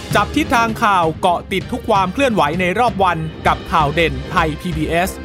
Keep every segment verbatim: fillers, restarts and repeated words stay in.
จับทิศทางข่าวเกาะติดทุกความเคลื่อนไหวในรอบวันกับข่าวเด่นไทย พี บี เอส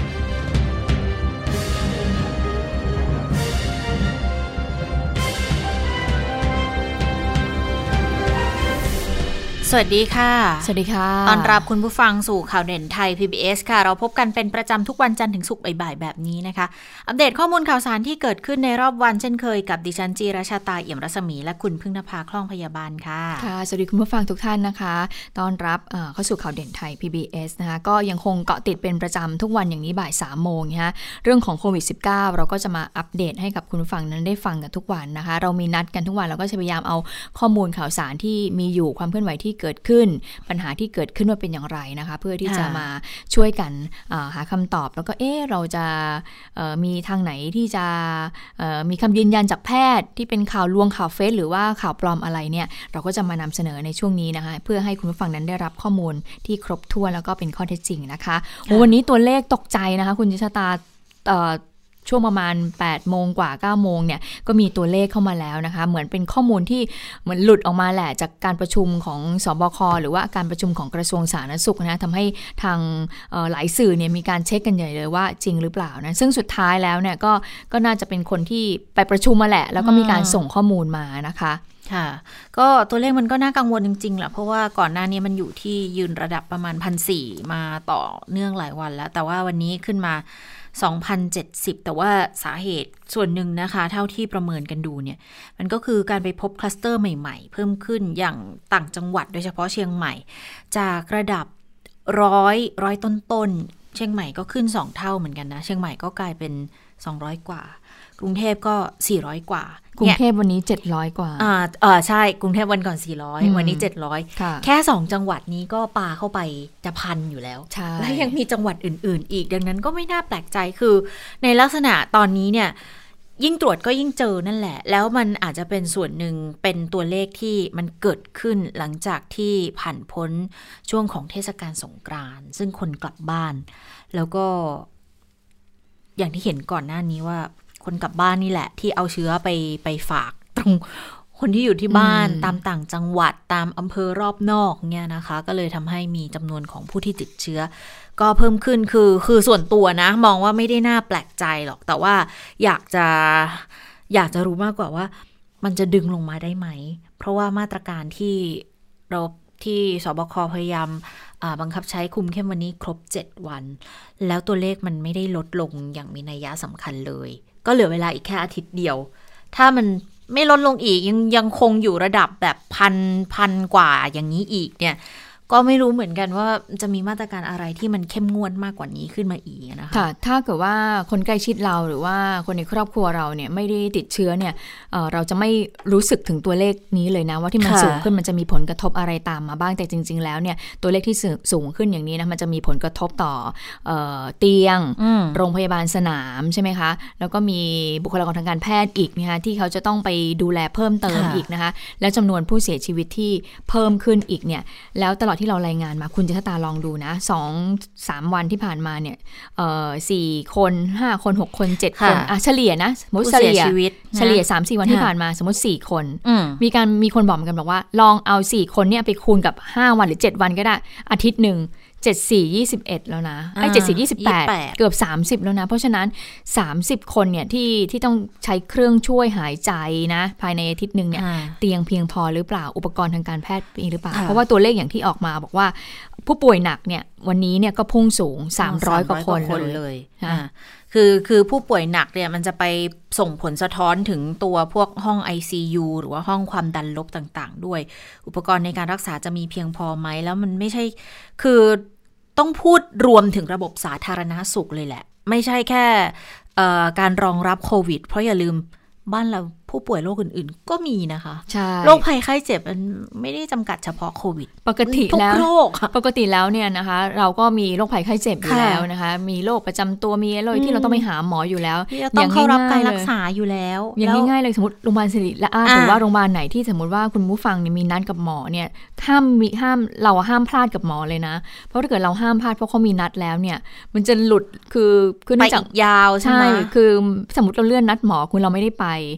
สวัสดีค่ะสวัสดีค่ะต้อนรับคุณผู้ฟังสู่ข่าวเด่นไทย พี บี เอส ค่ะเราพบกันเป็นประจำทุกวันจันทร์ถึงศุกร์บ่ายๆแบบนี้นะคะอัปเดตข้อมูลข่าวสารที่เกิดขึ้นในรอบวันเช่นเคยกับดิฉันจีราชาตาเอี่ยมรัศมีและคุณพึ่งนภาคล่องพยาบาลค่ะค่ะสวัสดีคุณผู้ฟังทุกท่านนะคะต้อนรับเข้าสู่ข่าวเด่นไทย พี บี เอส นะคะก็ยังคงเกาะติดเป็นประจำทุกวันอย่างนี้บ่ายสามโมงนะคะเรื่องของโควิด สิบเก้า เราก็จะมาอัปเดตให้กับคุณผู้ฟังนั้นได้ฟังกันทุกวันนะคะเรามีนัดกันทุกวันเราก็จะพยายามเอาข้อมูลข่าวสารที่มีอยู่ความเคลื่อนไหวที่เกิดขึ้นปัญหาที่เกิดขึ้นว่าเป็นอย่างไรนะคะเพื่อที่จะมาช่วยกันหาคำตอบแล้วก็เอ๊ะเราจะมีทางไหนที่จะมีคำยืนยันจากแพทย์ที่เป็นข่าวลวงข่าวเฟซหรือว่าข่าวปลอมอะไรเนี่ยเราก็จะมานำเสนอในช่วงนี้นะคะเพื่อให้คุณผู้ฟังนั้นได้รับข้อมูลที่ครบถ้วนแล้วก็เป็นข้อเท็จจริงนะคะวันนี้ตัวเลขตกใจนะคะคุณจิชตาช่วงประมาณแปดโมงกว่าเก้าโมงเนี่ยก็มีตัวเลขเข้ามาแล้วนะคะเหมือนเป็นข้อมูลที่เหมือนหลุดออกมาแหละจากการประชุมของสบคหรือว่าการประชุมของกระทรวงสาธารณสุขนะทำให้ทางหลายสื่อเนี่ยมีการเช็คกันใหญ่เลยว่าจริงหรือเปล่านะซึ่งสุดท้ายแล้วเนี่ยก็ก็น่าจะเป็นคนที่ไปประชุมมาแหละแล้วก็มีการส่งข้อมูลมานะคะค่ะก็ตัวเลขมันก็น่ากังวลจริงๆแหละเพราะว่าก่อนหน้านี้มันอยู่ที่ยืนระดับประมาณ หนึ่งพันสี่ร้อย มาต่อเนื่องหลายวันแล้วแต่ว่าวันนี้ขึ้นมา สองพันเจ็ดสิบ แต่ว่าสาเหตุส่วนหนึ่งนะคะเท่าที่ประเมินกันดูเนี่ยมันก็คือการไปพบคลัสเตอร์ใหม่ๆเพิ่มขึ้นอย่างต่างจังหวัดโดยเฉพาะเชียงใหม่จากระดับร้อยร้อยต้นๆเชียงใหม่ก็ขึ้นสองเท่าเหมือนกันนะเชียงใหม่ก็กลายเป็นสองร้อยกว่ากรุงเทพก็สี่ร้อยกว่ากรุงเทพวันนี้เจ็ดร้อยกว่าอ่าเออใช่กรุงเทพวันก่อนสี่ร้อยวันนี้เจ็ดร้อยแค่สองจังหวัดนี้ก็ปาเข้าไปจะพันอยู่แล้วและยังมีจังหวัดอื่นๆอีกดังนั้นก็ไม่น่าแปลกใจคือในลักษณะตอนนี้เนี่ยยิ่งตรวจก็ยิ่งเจอนั่นแหละแล้วมันอาจจะเป็นส่วนหนึ่งเป็นตัวเลขที่มันเกิดขึ้นหลังจากที่ผ่านพ้นช่วงของเทศกาลสงกรานต์ซึ่งคนกลับบ้านแล้วก็อย่างที่เห็นก่อนหน้านี้ว่าคนกลับบ้านนี่แหละที่เอาเชื้อไปไปฝากตรงคนที่อยู่ที่บ้านตามต่างจังหวัดตามอำเภอรอบนอกเนี่ยนะคะก็เลยทำให้มีจำนวนของผู้ที่ติดเชื้อก็เพิ่มขึ้นคือคือส่วนตัวนะมองว่าไม่ได้น่าแปลกใจหรอกแต่ว่าอยากจะอยากจะรู้มากกว่าว่ามันจะดึงลงมาได้ไหมเพราะว่ามาตรการที่เราที่สบคพยายามบังคับใช้คุมเข้มวันนี้ครบเจ็ดวันแล้วตัวเลขมันไม่ได้ลดลงอย่างมีนัยสำคัญเลยก็เหลือเวลาอีกแค่อาทิตย์เดียวถ้ามันไม่ลดลงอีกยังยังคงอยู่ระดับแบบพันพันกว่าอย่างนี้อีกเนี่ยก็ไม่รู้เหมือนกันว่าจะมีมาตรการอะไรที่มันเข้มงวดมากกว่านี้ขึ้นมาอีกนะคะค่ะถ้าเกิดว่าคนใกล้ชิดเราหรือว่าคนในครอบครัวเราเนี่ยไม่ได้ติดเชื้อเนี่ย เอ่อ เราจะไม่รู้สึกถึงตัวเลขนี้เลยนะว่าที่มันสูงขึ้นมันจะมีผลกระทบอะไรตามมาบ้างแต่จริงๆแล้วเนี่ยตัวเลขที่สูงขึ้นอย่างนี้นะมันจะมีผลกระทบต่อเอ่อเตียงโรงพยาบาลสนามใช่ไหมคะแล้วก็มีบุคลากรทางการแพทย์อีกนะคะที่เขาจะต้องไปดูแลเพิ่มเติมอีกนะคะแล้วจำนวนผู้เสียชีวิตที่เพิ่มขึ้นอีกเนี่ยแล้วตลอดที่เรารายงานมาคุณจิตตาลองดูนะ สองถึงสาม วันที่ผ่านมาเนี่ยเอ่อสี่คนห้าคนหกคนเจ็ดคนอ่ะเฉลี่ยนะสมมุติเฉลี่ยเฉลี่ย สามถึงสี่ วันที่ผ่านมาสมมุติสี่คนมีการมีคนบอกเหมือนกันบอกว่าลองเอาสี่คนเนี่ยไปคูณกับห้าวันหรือเจ็ดวันก็ได้อาทิตย์นึงเจ็ด สี่ ยี่สิบเอ็ดแล้วนะไอ้เจ็ด สี่ ยี่สิบแปดเกือบสามสิบแล้วนะเพราะฉะนั้นสามสิบคนเนี่ยที่ที่ต้องใช้เครื่องช่วยหายใจนะภายในอาทิตย์นึงเนี่ยเตียงเพียงพอหรือเปล่าอุปกรณ์ทางการแพทย์มีหรือเปล่าเพราะว่าตัวเลขอย่างที่ออกมาบอกว่าผู้ป่วยหนักเนี่ยวันนี้เนี่ยก็พุ่งสูงสามร้อยกว่าคนเลยคือคือผู้ป่วยหนักเนี่ยมันจะไปส่งผลสะท้อนถึงตัวพวกห้อง ไอ ซี ยู หรือว่าห้องความดันลบต่างๆด้วยอุปกรณ์ในการรักษาจะมีเพียงพอไหมแล้วมันไม่ใช่คือต้องพูดรวมถึงระบบสาธารณสุขเลยแหละไม่ใช่แค่การรองรับโควิดเพราะอย่าลืมบ้านเราผู้ป่วยโรคอื่นๆก็มีนะคะโรคภัยไข้เจ็บมันไม่ได้จำกัดเฉพาะโควิดปกติแล้วทุกโรคปกติแล้วเนี่ยนะคะเราก็มีโรคภัยไข้เจ็บอยู่แล้วนะคะมีโรคประจำตัวมีโรคที่เราต้องไปหาหมออยู่แล้วต้องเข้ารับการรักษาอยู่แล้วอย่างง่ายๆเลยสมมติโรงพยาบาลศิริราชหรือว่าโรงพยาบาลไหนที่สมมติว่าคุณผู้ฟังเนี่ยมีนัดกับหมอเนี่ยห้ามมีห้ามเราห้ามพลาดกับหมอเลยนะเพราะถ้าเกิดเราห้ามพลาดเพราะเขามีนัดแล้วเนี่ยมันจะหลุดคือคือไปอีกยาวใช่ไหมคือสมมติเราเลื่อนนัดหมอคุณเราไม่ได้ไป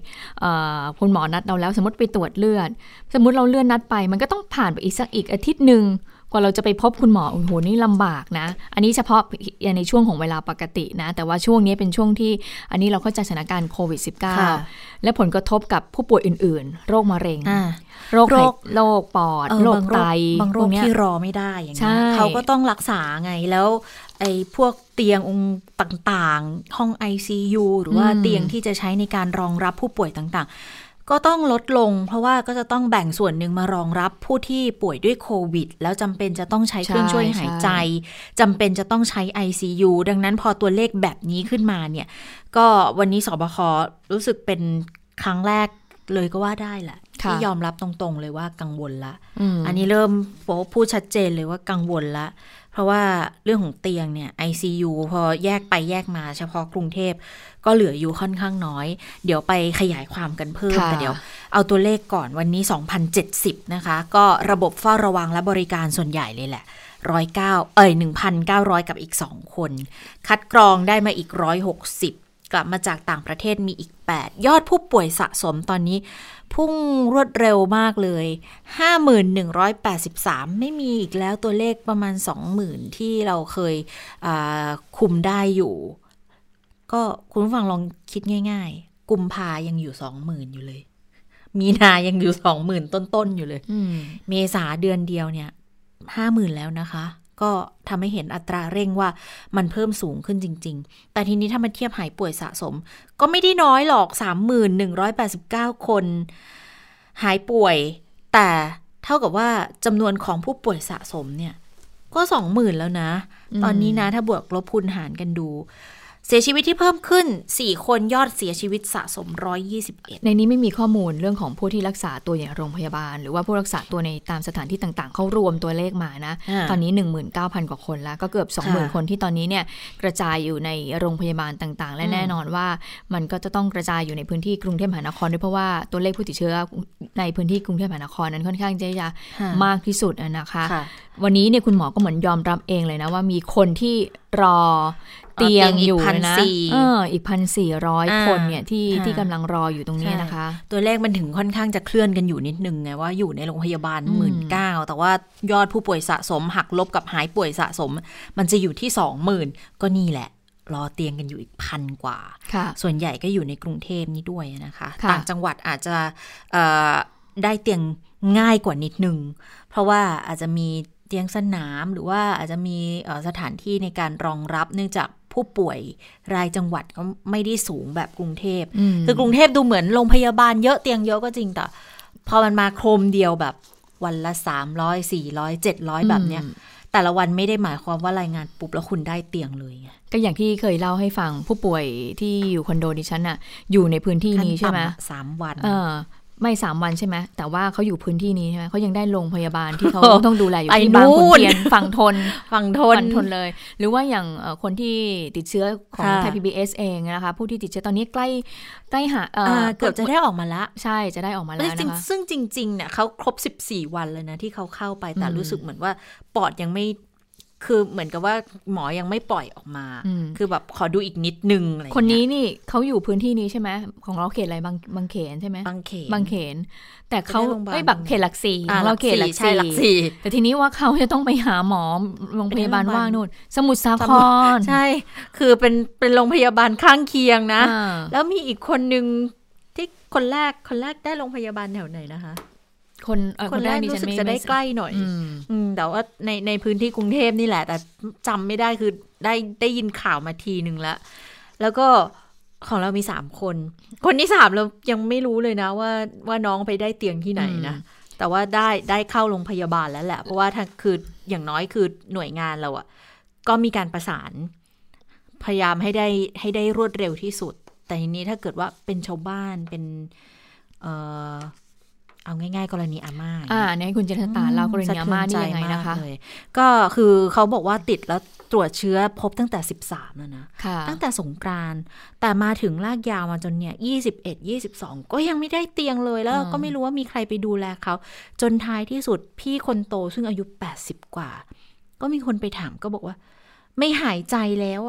คุณหมอนัดเราแล้วสมมติไปตรวจเลือดสมมติเราเลื่อนนัดไปมันก็ต้องผ่านไปอีกสักอีกอาทิตย์นึงกว่าเราจะไปพบคุณหมอโอ้โหนี่ลำบากนะอันนี้เฉพาะในช่วงของเวลาปกตินะแต่ว่าช่วงนี้เป็นช่วงที่อันนี้เราเข้าใจสถานการณ์โควิด สิบเก้า และผลกระทบกับผู้ป่วยอื่นๆโรคมะเร็งโรคโรคปอดโรคไตบางโรคที่รอไม่ได้อย่างนี้เขาก็ต้องรักษาไงแล้วไอ้พวกเตียงองค์ต่างๆห้อง ไอ ซี ยู หรือว่าเตียงที่จะใช้ในการรองรับผู้ป่วยต่างๆก็ต้องลดลงเพราะว่าก็จะต้องแบ่งส่วนหนึ่งมารองรับผู้ที่ป่วยด้วยโควิดแล้วจำเป็นจะต้องใช้เครื่องช่วยหายใจจำเป็นจะต้องใช้ ไอ ซี ยู ดังนั้นพอตัวเลขแบบนี้ขึ้นมาเนี่ยก็วันนี้สบครู้สึกเป็นครั้งแรกเลยก็ว่าได้แหละที่ยอมรับตรงๆเลยว่ากังวลละ อ, อันนี้เริ่มพูดชัดเจนเลยว่ากังวลละเพราะว่าเรื่องของเตียงเนี่ย ไอ ซี ยู พอแยกไปแยกมาเฉพาะกรุงเทพก็เหลืออยู่ค่อนข้างน้อยเดี๋ยวไปขยายความกันเพิ่มแต่เดี๋ยวเอาตัวเลขก่อนวันนี้ สองพันเจ็ดสิบ นะคะก็ระบบเฝ้าระวังและบริการส่วนใหญ่เลยแหละหนึ่งร้อยเก้าเอ้ย หนึ่งพันเก้าร้อย กับอีกสองคนคัดกรองได้มาอีกหนึ่งร้อยหกสิบกลับมาจากต่างประเทศมีอีกแปดยอดผู้ป่วยสะสมตอนนี้พุ่งรวดเร็วมากเลย ห้าหมื่นหนึ่งร้อยแปดสิบสาม ไม่มีอีกแล้วตัวเลขประมาณ สองหมื่น ที่เราเคยคุมได้อยู่ก็คุณผู้ฟังลองคิดง่ายๆกุมภายังอยู่ สองหมื่น อยู่เลยมีนายังอยู่ สองหมื่น ต้นๆอยู่เลยเมษาเดือนเดียวเนี่ย ห้าหมื่น แล้วนะคะก็ทำให้เห็นอัตราเร่งว่ามันเพิ่มสูงขึ้นจริงๆแต่ทีนี้ถ้ามาเทียบหายป่วยสะสมก็ไม่ได้น้อยหรอก สามหมื่นหนึ่งร้อยแปดสิบเก้า คนหายป่วยแต่เท่ากับว่าจำนวนของผู้ป่วยสะสมเนี่ยก็ สองหมื่น แล้วนะตอนนี้นะถ้าบวกลบคูณหารกันดูเสียชีวิตที่เพิ่มขึ้นสี่คนยอดเสียชีวิตสะสมหนึ่งร้อยยี่สิบเอ็ดในนี้ไม่มีข้อมูลเรื่องของผู้ที่รักษาตัวอย่างโรงพยาบาลหรือว่าผู้รักษาตัวในตามสถานที่ต่างๆเขารวมตัวเลขมานะตอนนี้ หนึ่งหมื่นเก้าพัน กว่าคนแล้วก็เกือบ สองหมื่น คนที่ตอนนี้เนี่ยกระจายอยู่ในโรงพยาบาลต่างๆและแน่นอนว่ามันก็จะต้องกระจายอยู่ในพื้นที่กรุงเทพมหานครด้วยเพราะว่าตัวเลขผู้ติดเชื้อในพื้นที่กรุงเทพมหานครนั้นค่อนข้างจะมากที่สุดนะคะวันนี้เนี่ยคุณหมอก็เหมือนยอมรับเองเลยนะว่ามีคนที่รอเตียงอยู่นะเอออีก หนึ่งพันสี่ร้อย คนเนี่ยที่ที่กำลังรออยู่ตรงนี้นะคะตัวเลขมันถึงค่อนข้างจะเคลื่อนกันอยู่นิดนึงไงว่าอยู่ในโรงพยาบาล หนึ่งหมื่นเก้าพัน แต่ว่ายอดผู้ป่วยสะสมหักลบกับหายป่วยสะสมมันจะอยู่ที่ สองหมื่น ก็นี่แหละรอเตียงกันอยู่อีกพันกว่าส่วนใหญ่ก็อยู่ในกรุงเทพนี่ด้วยนะคะต่างจังหวัดอาจจะได้เตียงง่ายกว่านิดนึงเพราะว่าอาจจะมีเตียงสนามหรือว่าอาจจะมีสถานที่ในการรองรับเนื่องจากผู้ป่วยรายจังหวัดก็ไม่ได้สูงแบบกรุงเทพคือกรุงเทพดูเหมือนโรงพยาบาลเยอะเตียงเยอะก็จริงแต่พอมันมาโครมเดียวแบบวันละสามร้อย สี่ร้อย เจ็ดร้อยแบบเนี้ยแต่ละวันไม่ได้หมายความว่ารายงานปุ๊บแล้วคุณได้เตียงเลยไงก็อย่างที่เคยเล่าให้ฟังผู้ป่วยที่อยู่คอนโดดิฉันน่ะอยู่ในพื้นที่นี้ใช่ไหมสามวันเออไม่สามวันใช่ไหมแต่ว่าเขาอยู่พื้นที่นี้ใช่ไหมเขายังได้โรงพยาบาลที่เขาต้องดูแลอยู่ที่บางขุนเทียนฝั่งทนฝั่งทนทนเลยหรือว่าอย่างคนที่ติดเชื้อของไทย พี บี เอส เองนะคะผู้ที่ติดเชื้อตอนนี้ใกล้ใกล้หาเกือบจะได้ออกมาละใช่จะได้ออกมาแล้วนะคะซึ่งจริงๆเนี่ยเขาครบสิบสี่วันเลยนะที่เขาเข้าไปแต่รู้สึกเหมือนว่าปอดยังไม่คือเหมือนกับว่าหมอยังไม่ปล่อยออกมาคือแบบขอดูอีกนิดนึงอะไรคนนี้นี่เขาอยู่พื้นที่นี้ใช่ไหมของเราเขตอะไรบางบางเขนใช่ไหมบางเขนบางเขนแต่เขาไม่แบบเขตหลักสี่เราเขตหลักสี่แต่ทีนี้ว่าเขาจะต้องไปหาหมอโรงพยาบาลว่างนู่นสมุทรสาครใช่คือเป็นเป็นโรงพยาบาลข้างเคียงนะแล้วมีอีกคนนึงที่คนแรกคนแรกได้โรงพยาบาลแถวไหนนะคะคนคนแรกรู้สึกจะได้ใกล้หน่อยแต่ว่าในในพื้นที่กรุงเทพนี่แหละแต่จำไม่ได้คือได้ได้ยินข่าวมาทีนึงแล้วแล้วก็ของเรามีสามคนคนที่สามเรายังไม่รู้เลยนะว่าว่าน้องไปได้เตียงที่ไหนนะแต่ว่าได้ได้เข้าโรงพยาบาลแล้วแหละเพราะว่าถ้าคืออย่างน้อยคือหน่วยงานเราอ่ะก็มีการประสานพยายามให้ได้ให้ได้รวดเร็วที่สุดแต่ทีนี้ถ้าเกิดว่าเป็นชาวบ้านเป็นเอ่อเอาง่ายๆกรณีอาม่าอ่าเนี่ยคุณเจษฎาเล่ากรณีอาม่านี่ยังไงนะคะก็คือเขาบอกว่าติดแล้วตรวจเชื้อพบตั้งแต่สิบสามแล้วนะตั้งแต่สงกรานต์แต่มาถึงลากยาวมาจนเนี่ยยี่สิบเอ็ด ยี่สิบสองก็ยังไม่ได้เตียงเลยแล้วก็ไม่รู้ว่ามีใครไปดูแลเขาจนท้ายที่สุดพี่คนโตซึ่งอายุแปดสิบกว่าก็มีคนไปถามก็บอกว่าไม่หายใจแล้วอ่ะ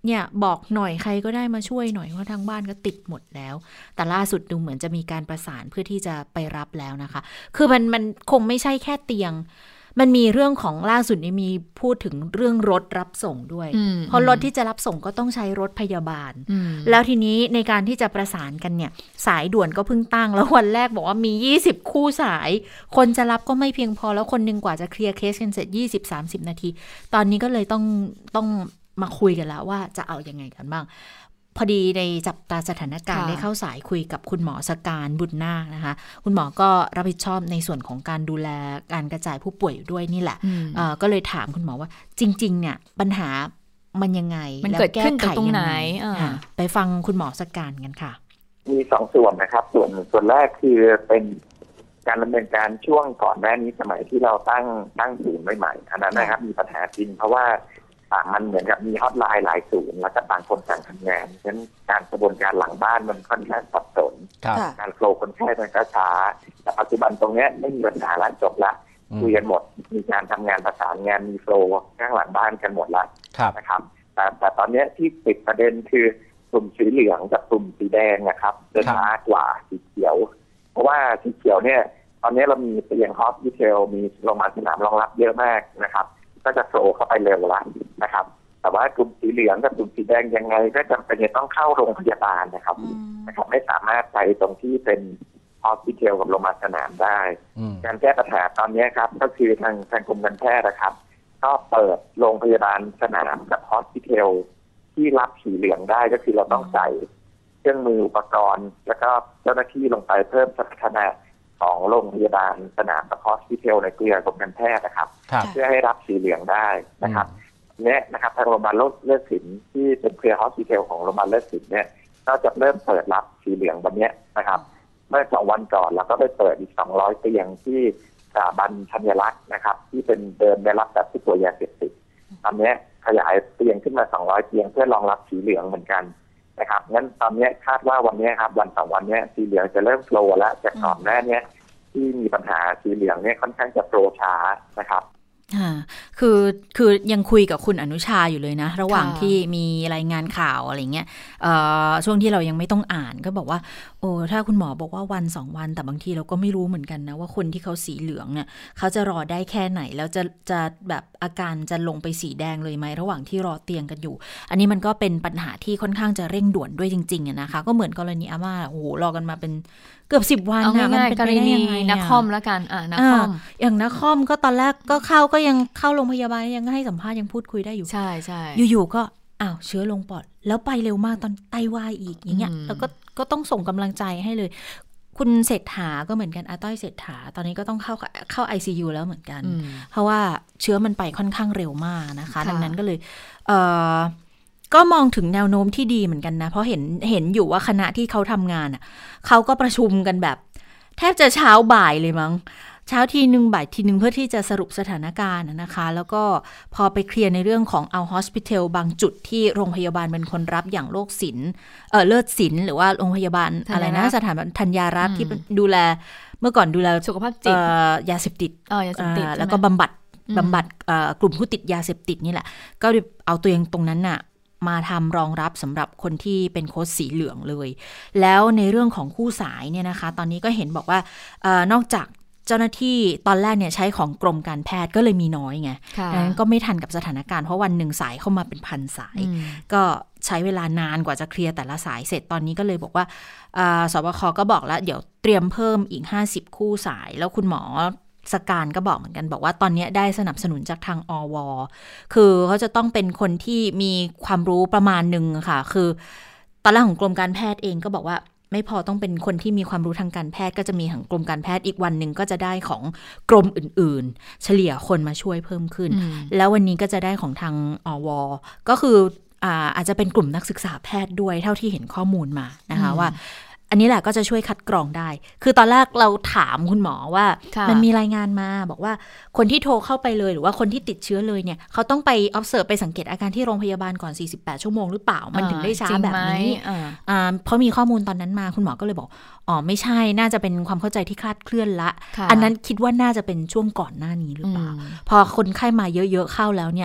เนี่ยบอกหน่อยใครก็ได้มาช่วยหน่อยเพราะทางบ้านก็ติดหมดแล้วแต่ล่าสุดดูเหมือนจะมีการประสานเพื่อที่จะไปรับแล้วนะคะคือมันมันคงไม่ใช่แค่เตียงมันมีเรื่องของล่าสุดนี้มีพูดถึงเรื่องรถรับส่งด้วยเพราะรถที่จะรับส่งก็ต้องใช้รถพยาบาลแล้วทีนี้ในการที่จะประสานกันเนี่ยสายด่วนก็เพิ่งตั้งแล้ววันแรกบอกว่ามียี่สิบคู่สายคนจะรับก็ไม่เพียงพอแล้วคนนึงกว่าจะเคลียร์เคสกันเสร็จ ยี่สิบถึงสามสิบ นาทีตอนนี้ก็เลยต้องต้องมาคุยกันแล้วว่าจะเอายังไงกันบ้างพอดีในจับตาสถานการณ์ได้เข้าสายคุยกับคุณหมอสการบุญนาคนะคะคุณหมอก็รับผิดชอบในส่วนของการดูแลการกระจายผู้ป่วยด้วยนี่แหละก็เลยถามคุณหมอว่าจริงๆเนี่ยปัญหามันยังไงมันเกิดขึ้นตรงไหนไปฟังคุณหมอสการกันค่ะมีสองส่วนนะครับส่วนส่วนแรกคือเป็นการดำเนินการช่วงก่อนหน้านี้สมัยที่เราตั้งตั้งศูนย์ใหม่ๆอันนั้นนะครับมีปัญหาจริงเพราะว่ามันเหมือนกับมีฮอตไลน์หลายศูนย์แล้วก็ต่างคนต่างทำงานฉะนั้นการกระบวนการหลังบ้านมันค่อนข้างสับสนการโฟลว์คนไข้มันก็ช้าแต่ปัจจุบันตรงนี้ไม่มีปัญหาแล้วจบละคุยกันหมดมีการทำงานประสานงานมีโฟลว์ข้างหลังบ้านกันหมดแล้วนะครับแต่แต่ตอนนี้ที่ติดประเด็นคือกลุ่มสีเหลืองกับกลุ่มสีแดงนะครับเดินช้ากว่าสีเขียวเพราะว่าสีเขียวเนี่ยตอนนี้เรามีเตียงฮอสพิทอลมีโรงพยาบาลสนามรองรับเยอะมากนะครับก็จะโฟลว์เข้าไปเร็วแล้วนะครับแต่ว่ากลุ่มสีเหลืองกับกลุ่มสีแดงยังไงก็จำเป็นจะต้องเข้าโรงพยาบาลนะครับนะครับไม่สามารถไปตรงที่เป็นฮอสพิทอลกับโรงพยาบาลสนามได้การแก้ปัญหาตอนนี้ครับก็คือทางทางกรมการแพทย์นะครับก็เปิดโรงพยาบาลสนามกับฮอสพิทอลที่รับสีเหลืองได้ก็คือเราต้องใส่เครื่องมืออุปกรณ์แล้วก็เจ้าหน้าที่ลงไปเพิ่มสถานะของโรงพยาบาลสนามกับฮอสพิทอลในเครือกรมการแพทย์นะครับเพื่อให้รับสีเหลืองได้นะครับเนี่ยนะครับทางโรงพยาบาลเลิศศิลป์ที่เป็นเครือฮอสพิทอลของโรงพยาบาลเลิศศิลป์เนี่ยก็จะเริ่มเปิดรับสีเหลืองวันนี้นะครับเมื่อสองวันก่อนเราก็ไปเปิดอีกสองร้อยเตียงที่สถาบันธัญรักษ์นะครับที่เป็นเดิมได้รับแบบผู้ป่วยยาเสพติดตอนนี้ขยายเตียงขึ้นมาสองร้อยเตียงเพื่อรองรับสีเหลืองเหมือนกันนะครับงั้นตอนนี้คาดว่าวันนี้ครับวันสองวันนี้สีเหลืองจะเริ่มโฟลว์แล้วจากก่อนหน้านี้ที่มีปัญหาสีเหลืองเนี่ยค่อนข้างจะโฟลว์ช้านะครับค่ะคือคือยังคุยกับคุณอนุชาอยู่เลยนะระหว่างที่มีรายงานข่าวอะไรเงี้ยช่วงที่เรายังไม่ต้องอ่านก็บอกว่าโอ้ถ้าคุณหมอบอกว่าวันสองวันแต่บางทีเราก็ไม่รู้เหมือนกันนะว่าคนที่เขาสีเหลืองเนี่ยเขาจะรอได้แค่ไหนแล้วจะจะแบบอาการจะลงไปสีแดงเลยไหมระหว่างที่รอเตียงกันอยู่อันนี้มันก็เป็นปัญหาที่ค่อนข้างจะเร่งด่วนด้วยจริงๆนะคะก็เหมือนกรณีอาม่าโอ้โหรอกันมาเป็นเกือบสิบวันนะมันเป็นไปได้ยังไงนักคอมแล้วกันอ่านักคอมอย่างนักคอมก็ตอนแรกก็เข้าก็ยังเข้าโรงพยาบาลยังให้สัมภาษณ์ยังพูดคุยได้อยู่ใช่ใช่อยู่ๆก็อ้าวเชื้อลงปอดแล้วไปเร็วมากตอนไตวายอีกอย่างเงี้ยแล้วก็ก็ต้องส่งกำลังใจให้เลยคุณเศรษฐาก็เหมือนกันอาต้อยเศรษฐาตอนนี้ก็ต้องเข้าเข้า ไอ ซี ยู แล้วเหมือนกันเพราะว่าเชื้อมันไปค่อนข้างเร็วมากนะคะดังนั้นก็เลยเอ่อก็มองถึงแนวโน้มที่ดีเหมือนกันนะเพราะเห็นเห็นอยู่ว่าคณะที่เขาทำงานอ่ะเขาก็ประชุมกันแบบแทบจะเช้าบ่ายเลยมั้งเช้าทีนึงบ่ายทีนึงเพื่อที่จะสรุปสถานการณ์นะคะแล้วก็พอไปเคลียร์ในเรื่องของเอาฮอสพิทอลบางจุดที่โรงพยาบาลเป็นคนรับอย่างโรคศิลป์เออเลิศศิลป์หรือว่าโรงพยาบาลอะไรนะสถาบันธัญญารักษ์ที่ดูแลเมื่อก่อนดูแลสุขภาพจิตยาเสพติดอ๋อยาเสพติดแล้วก็บำบัดบำบัดกลุ่มผู้ติดยาเสพติดนี่แหละก็เอาตัวเองตรงนั้นน่ะมาทำรองรับสำหรับคนที่เป็นโค้ชสีเหลืองเลยแล้วในเรื่องของคู่สายเนี่ยนะคะตอนนี้ก็เห็นบอกว่าเอ่อนอกจากเจ้าหน้าที่ตอนแรกเนี่ยใช้ของกรมการแพทย์ก็เลยมีน้อยไงดังนั้นก็ไม่ทันกับสถานการณ์เพราะวันหนึ่งสายเข้ามาเป็นพันสายก็ใช้เวลานานกว่าจะเคลียร์แต่ละสายเสร็จตอนนี้ก็เลยบอกว่าสบคก็บอกแล้วเดี๋ยวเตรียมเพิ่มอีกห้าสิบคู่สายแล้วคุณหมอสการก็บอกเหมือนกันบอกว่าตอนนี้ได้สนับสนุนจากทางอวคือเขาจะต้องเป็นคนที่มีความรู้ประมาณนึงค่ะคือตอนแรกของกรมการแพทย์เองก็บอกว่าไม่พอต้องเป็นคนที่มีความรู้ทางการแพทย์ก็จะมีของกรมการแพทย์อีกวันนึงก็จะได้ของกรมอื่นๆเฉลี่ยคนมาช่วยเพิ่มขึ้นแล้ววันนี้ก็จะได้ของทางอวก็คืออ่าอาจจะเป็นกลุ่มนักศึกษาแพทย์ด้วยเท่าที่เห็นข้อมูลมานะคะว่าอันนี้แหละก็จะช่วยคัดกรองได้คือตอนแรกเราถามคุณหมอว่ามันมีรายงานมาบอกว่าคนที่โทรเข้าไปเลยหรือว่าคนที่ติดเชื้อเลยเนี่ยเขาต้องไป observe ไปสังเกตอาการที่โรงพยาบาลก่อนสี่สิบแปดชั่วโมงหรือเปล่ามันถึงได้ช้าแบบนี้เพราะมีข้อมูลตอนนั้นมาคุณหมอก็เลยบอกอ๋อไม่ใช่น่าจะเป็นความเข้าใจที่คลาดเคลื่อนละอันนั้นคิดว่าน่าจะเป็นช่วงก่อนหน้านี้หรือเปล่าพอคนไข้มาเยอะๆเข้าแล้วเนี่ย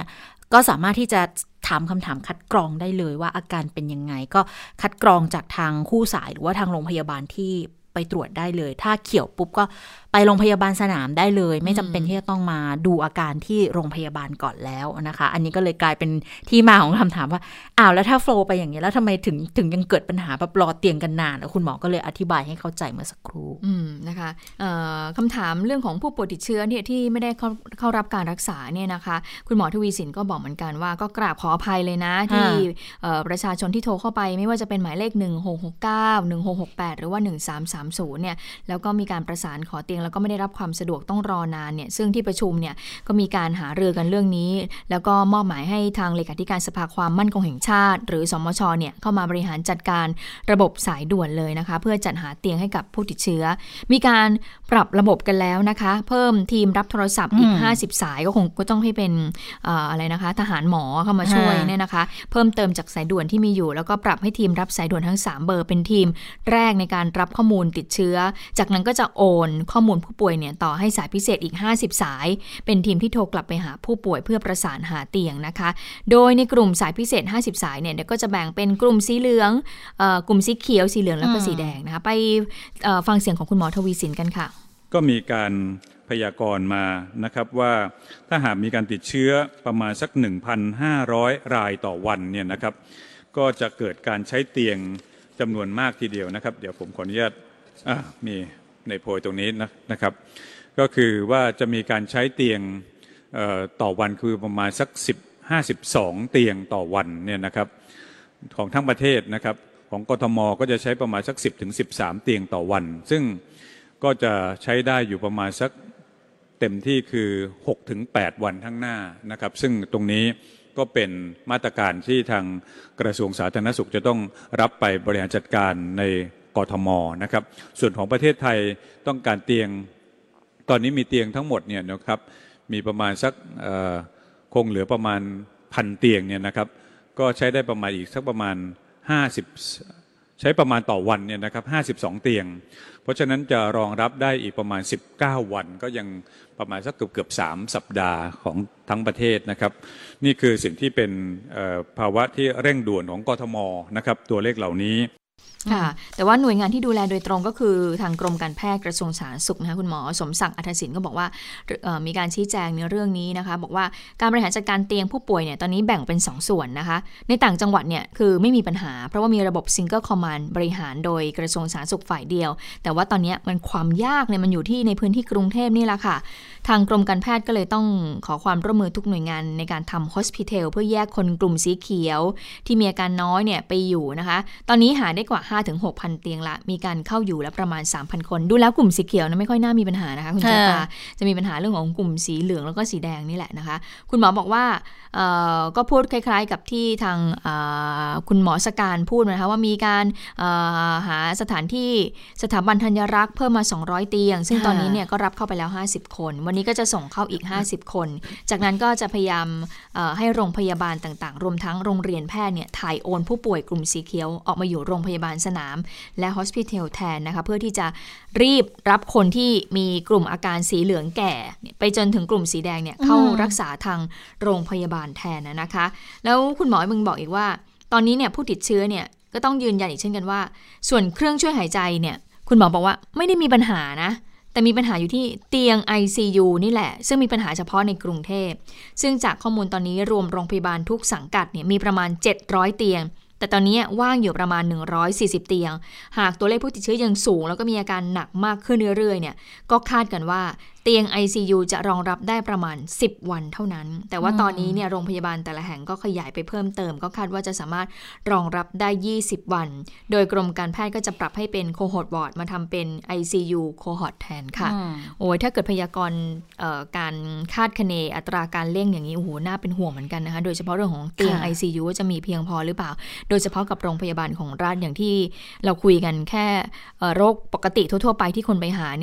ก็สามารถที่จะถามคำถามคัดกรองได้เลยว่าอาการเป็นยังไงก็คัดกรองจากทางคู่สายหรือว่าทางโรงพยาบาลที่ไปตรวจได้เลยถ้าเขียวปุ๊บก็ไปโรงพยาบาลสนามได้เลยไม่จำเป็นที่จะต้องมาดูอาการที่โรงพยาบาลก่อนแล้วนะคะอันนี้ก็เลยกลายเป็นที่มาของคำถามว่าอ้าวแล้วถ้าโฟลว์ไปอย่างนี้แล้วทำไมถึงถึงยังเกิดปัญหาแบบรอเตียงกันนานคุณหมอก็เลยอธิบายให้เข้าใจเมื่อสักครู่อืมนะคะคำถามเรื่องของผู้ป่วยติดเชื้อเนี่ยที่ไม่ได้เข้าเข้ารับการรักษาเนี่ยนะคะคุณหมอทวีสินก็บอกเหมือนกันว่าก็กราบขออภัยเลยนะที่ประชาชนที่โทรเข้าไปไม่ว่าจะเป็นหมายเลขหนึ่งหกหกเก้า หนึ่งหกหกแปดหรือว่าหนึ่งสามสามศูนย์เนี่ยแล้วก็มีการประสานขอเตียงแล้วก็ไม่ได้รับความสะดวกต้องรอนานเนี่ยซึ่งที่ประชุมเนี่ยก็มีการหารือกันเรื่องนี้แล้วก็มอบหมายให้ทางเลขาธิการสภาความมั่นคงแห่งชาติหรือสมชเนี่ยเข้ามาบริหารจัดการระบบสายด่วนเลยนะคะเพื่อจัดหาเตียงให้กับผู้ติดเชื้อมีการปรับระบบกันแล้วนะคะเพิ่มทีมรับโทรศัพท์อีกห้าสิบสายก็คงก็ต้องให้เป็นเอ่ออะไรนะคะทหารหมอเข้ามาช่วยเนี่ยนะคะเพิ่มเติมจากสายด่วนที่มีอยู่แล้วก็ปรับให้ทีมรับสายด่วนทั้งสามเบอร์เป็นทีมแรกในการรับข้อมูลติดเชื้อจากนั้นก็จะโอนข้อมูลผู้ป่วยเนี่ยต่อให้สายพิเศษอีกห้าสิบสายเป็นทีมที่โทรกลับไปหาผู้ป่วยเพื่อประสานหาเตียงนะคะโดยในกลุ่มสายพิเศษห้าสิบสายเนี่ยเดี๋ยวก็จะแบ่งเป็นกลุ่มสีเหลืองเอ่อกลุ่มสีเขียวสีเหลืองแล้วก็สีแดงนะคะไปเอ่อฟังเสียงของคุณหมอทวีสินกันค่ะก็มีการพยากรณ์มานะครับว่าถ้าหากมีการติดเชื้อประมาณสัก หนึ่งพันห้าร้อย รายต่อวันเนี่ยนะครับก็จะเกิดการใช้เตียงจำนวนมากทีเดียวนะครับเดี๋ยวผมขออนุญาตอ่ะมีในโพยตรงนี้นะนะครับก็คือว่าจะมีการใช้เตียงเอ่อต่อวันคือประมาณสักสิบ ห้าสิบสองเตียงต่อวันเนี่ยนะครับของทั้งประเทศนะครับของกทมก็จะใช้ประมาณสักสิบถึงสิบสามเตียงต่อวันซึ่งก็จะใช้ได้อยู่ประมาณสักเต็มที่คือหกถึงแปดวันข้างหน้านะครับซึ่งตรงนี้ก็เป็นมาตรการที่ทางกระทรวงสาธารณสุขจะต้องรับไปบริหารจัดการในกทมนะครับส่วนของประเทศไทยต้องการเตียงตอนนี้มีเตียงทั้งหมดเนี่ยนะครับมีประมาณสักคงเหลือประมาณพันเตียงเนี่ยนะครับก็ใช้ได้ประมาณอีกสักประมาณห้าสิบใช้ประมาณต่อวันเนี่ยนะครับห้าสิบสองเตียงเพราะฉะนั้นจะรองรับได้อีกประมาณสิบเก้าวันก็ยังประมาณสักเกือบๆสามสัปดาห์ของทั้งประเทศนะครับนี่คือสิ่งที่เป็นภาวะที่เร่งด่วนของกทมนะครับตัวเลขเหล่านี้ค่ะแต่ว่าหน่วยงานที่ดูแลโดยตรงก็คือทางกรมการแพทย์กระทรวงสาธารณสุขนะคะคุณหมอสมศักดิ์อัธศินก็บอกว่ามีการชี้แจงในเรื่องนี้นะคะบอกว่าการบริหารจัดการเตียงผู้ป่วยเนี่ยตอนนี้แบ่งเป็นสองส่วนนะคะในต่างจังหวัดเนี่ยคือไม่มีปัญหาเพราะว่ามีระบบ Single Command บริหารโดยกระทรวงสาธารณสุขฝ่ายเดียวแต่ว่าตอนนี้มันความยากเนี่ยมันอยู่ที่ในพื้นที่กรุงเทพนี่แหละค่ะทางกรมการแพทย์ก็เลยต้องขอความร่วมมือทุกหน่วยงานในการทำ Hospital เพื่อแยกคนกลุ่มสีเขียวที่มีอาการน้อยเนี่ยไปอยู่นะคะตอนนี้หาได้กว่า ห้าถึงหกพัน เตียงละมีการเข้าอยู่แล้วประมาณ สามพัน คนดูแล้วกลุ่มสีเขียวนะไม่ค่อยน่ามีปัญหานะคะคุณเจตาจะมีปัญหาเรื่องของกลุ่มสีเหลืองแล้วก็สีแดงนี่แหละนะคะคุณหมอบอกว่าก็พูดคล้ายๆกับที่ทางคุณหมอสการพูดนะคะว่ามีการหาสถานที่สถาบันธัญรักษ์เพิ่มมาสองร้อยเตียงซึ่งตอนนี้เนี่ยก็รับเข้าไปแล้วห้าสิบคนวันนี้ก็จะส่งเข้าอีกห้าสิบคนจากนั้นก็จะพยายามให้โรงพยาบาลต่างๆรวมทั้งโรงเรียนแพทย์เนี่ยถ่ายโอนผู้ป่วยกลุ่มสีเขียวออกมาอยู่โรงพยาบาลสนามและ Hospital แทนนะคะเพื่อที่จะรีบรับคนที่มีกลุ่มอาการสีเหลืองแก่ไปจนถึงกลุ่มสีแดงเนี่ยเข้ารักษาทางโรงพยาบาลแทนนะคะแล้วคุณหมอมึงบอกอีกว่าตอนนี้เนี่ยผู้ติดเชื้อเนี่ยก็ต้องยืนยันอีกเช่นกันว่าส่วนเครื่องช่วยหายใจเนี่ยคุณหมอบอกว่าไม่ได้มีปัญหานะแต่มีปัญหาอยู่ที่เตียง ไอ ซี ยู นี่แหละซึ่งมีปัญหาเฉพาะในกรุงเทพซึ่งจากข้อมูลตอนนี้รวมโรงพยาบาลทุกสังกัดเนี่ยมีประมาณเจ็ดร้อยเตียงแต่ตอนนี้ว่างอยู่ประมาณหนึ่งร้อยสี่สิบเตียงหากตัวเลขผู้ติดเชื้อยังสูงแล้วก็มีอาการหนักมากขึ้นเรื่อยๆเนี่ยก็คาดกันว่าเตียง ไอ ซี ยู จะรองรับได้ประมาณสิบวันเท่านั้นแต่ว่าตอนนี้เนี่ยโรงพยาบาลแต่ละแห่งก็ขยายไปเพิ่มเติมก็คาดว่าจะสามารถรองรับได้ยี่สิบวันโดยกรมการแพทย์ก็จะปรับให้เป็นโคฮอร์ทวอร์ดมาทำเป็น ไอ ซี ยู โคฮอร์ทแทนค่ะโอ้ยถ้าเกิดพยากรณ์การคาดคะเนอัตราการเร่งอย่างนี้โอ้โหน่าเป็นห่วงเหมือนกันนะคะโดยเฉพาะเรื่องของเตียง ไอ ซี ยู ว่าจะมีเพียงพอหรือเปล่าโดยเฉพาะกับโรงพยาบาลของรัฐอย่างที่เราคุยกันแค่โรคปกติทั่วๆไปที่คนไปหาเนี่ย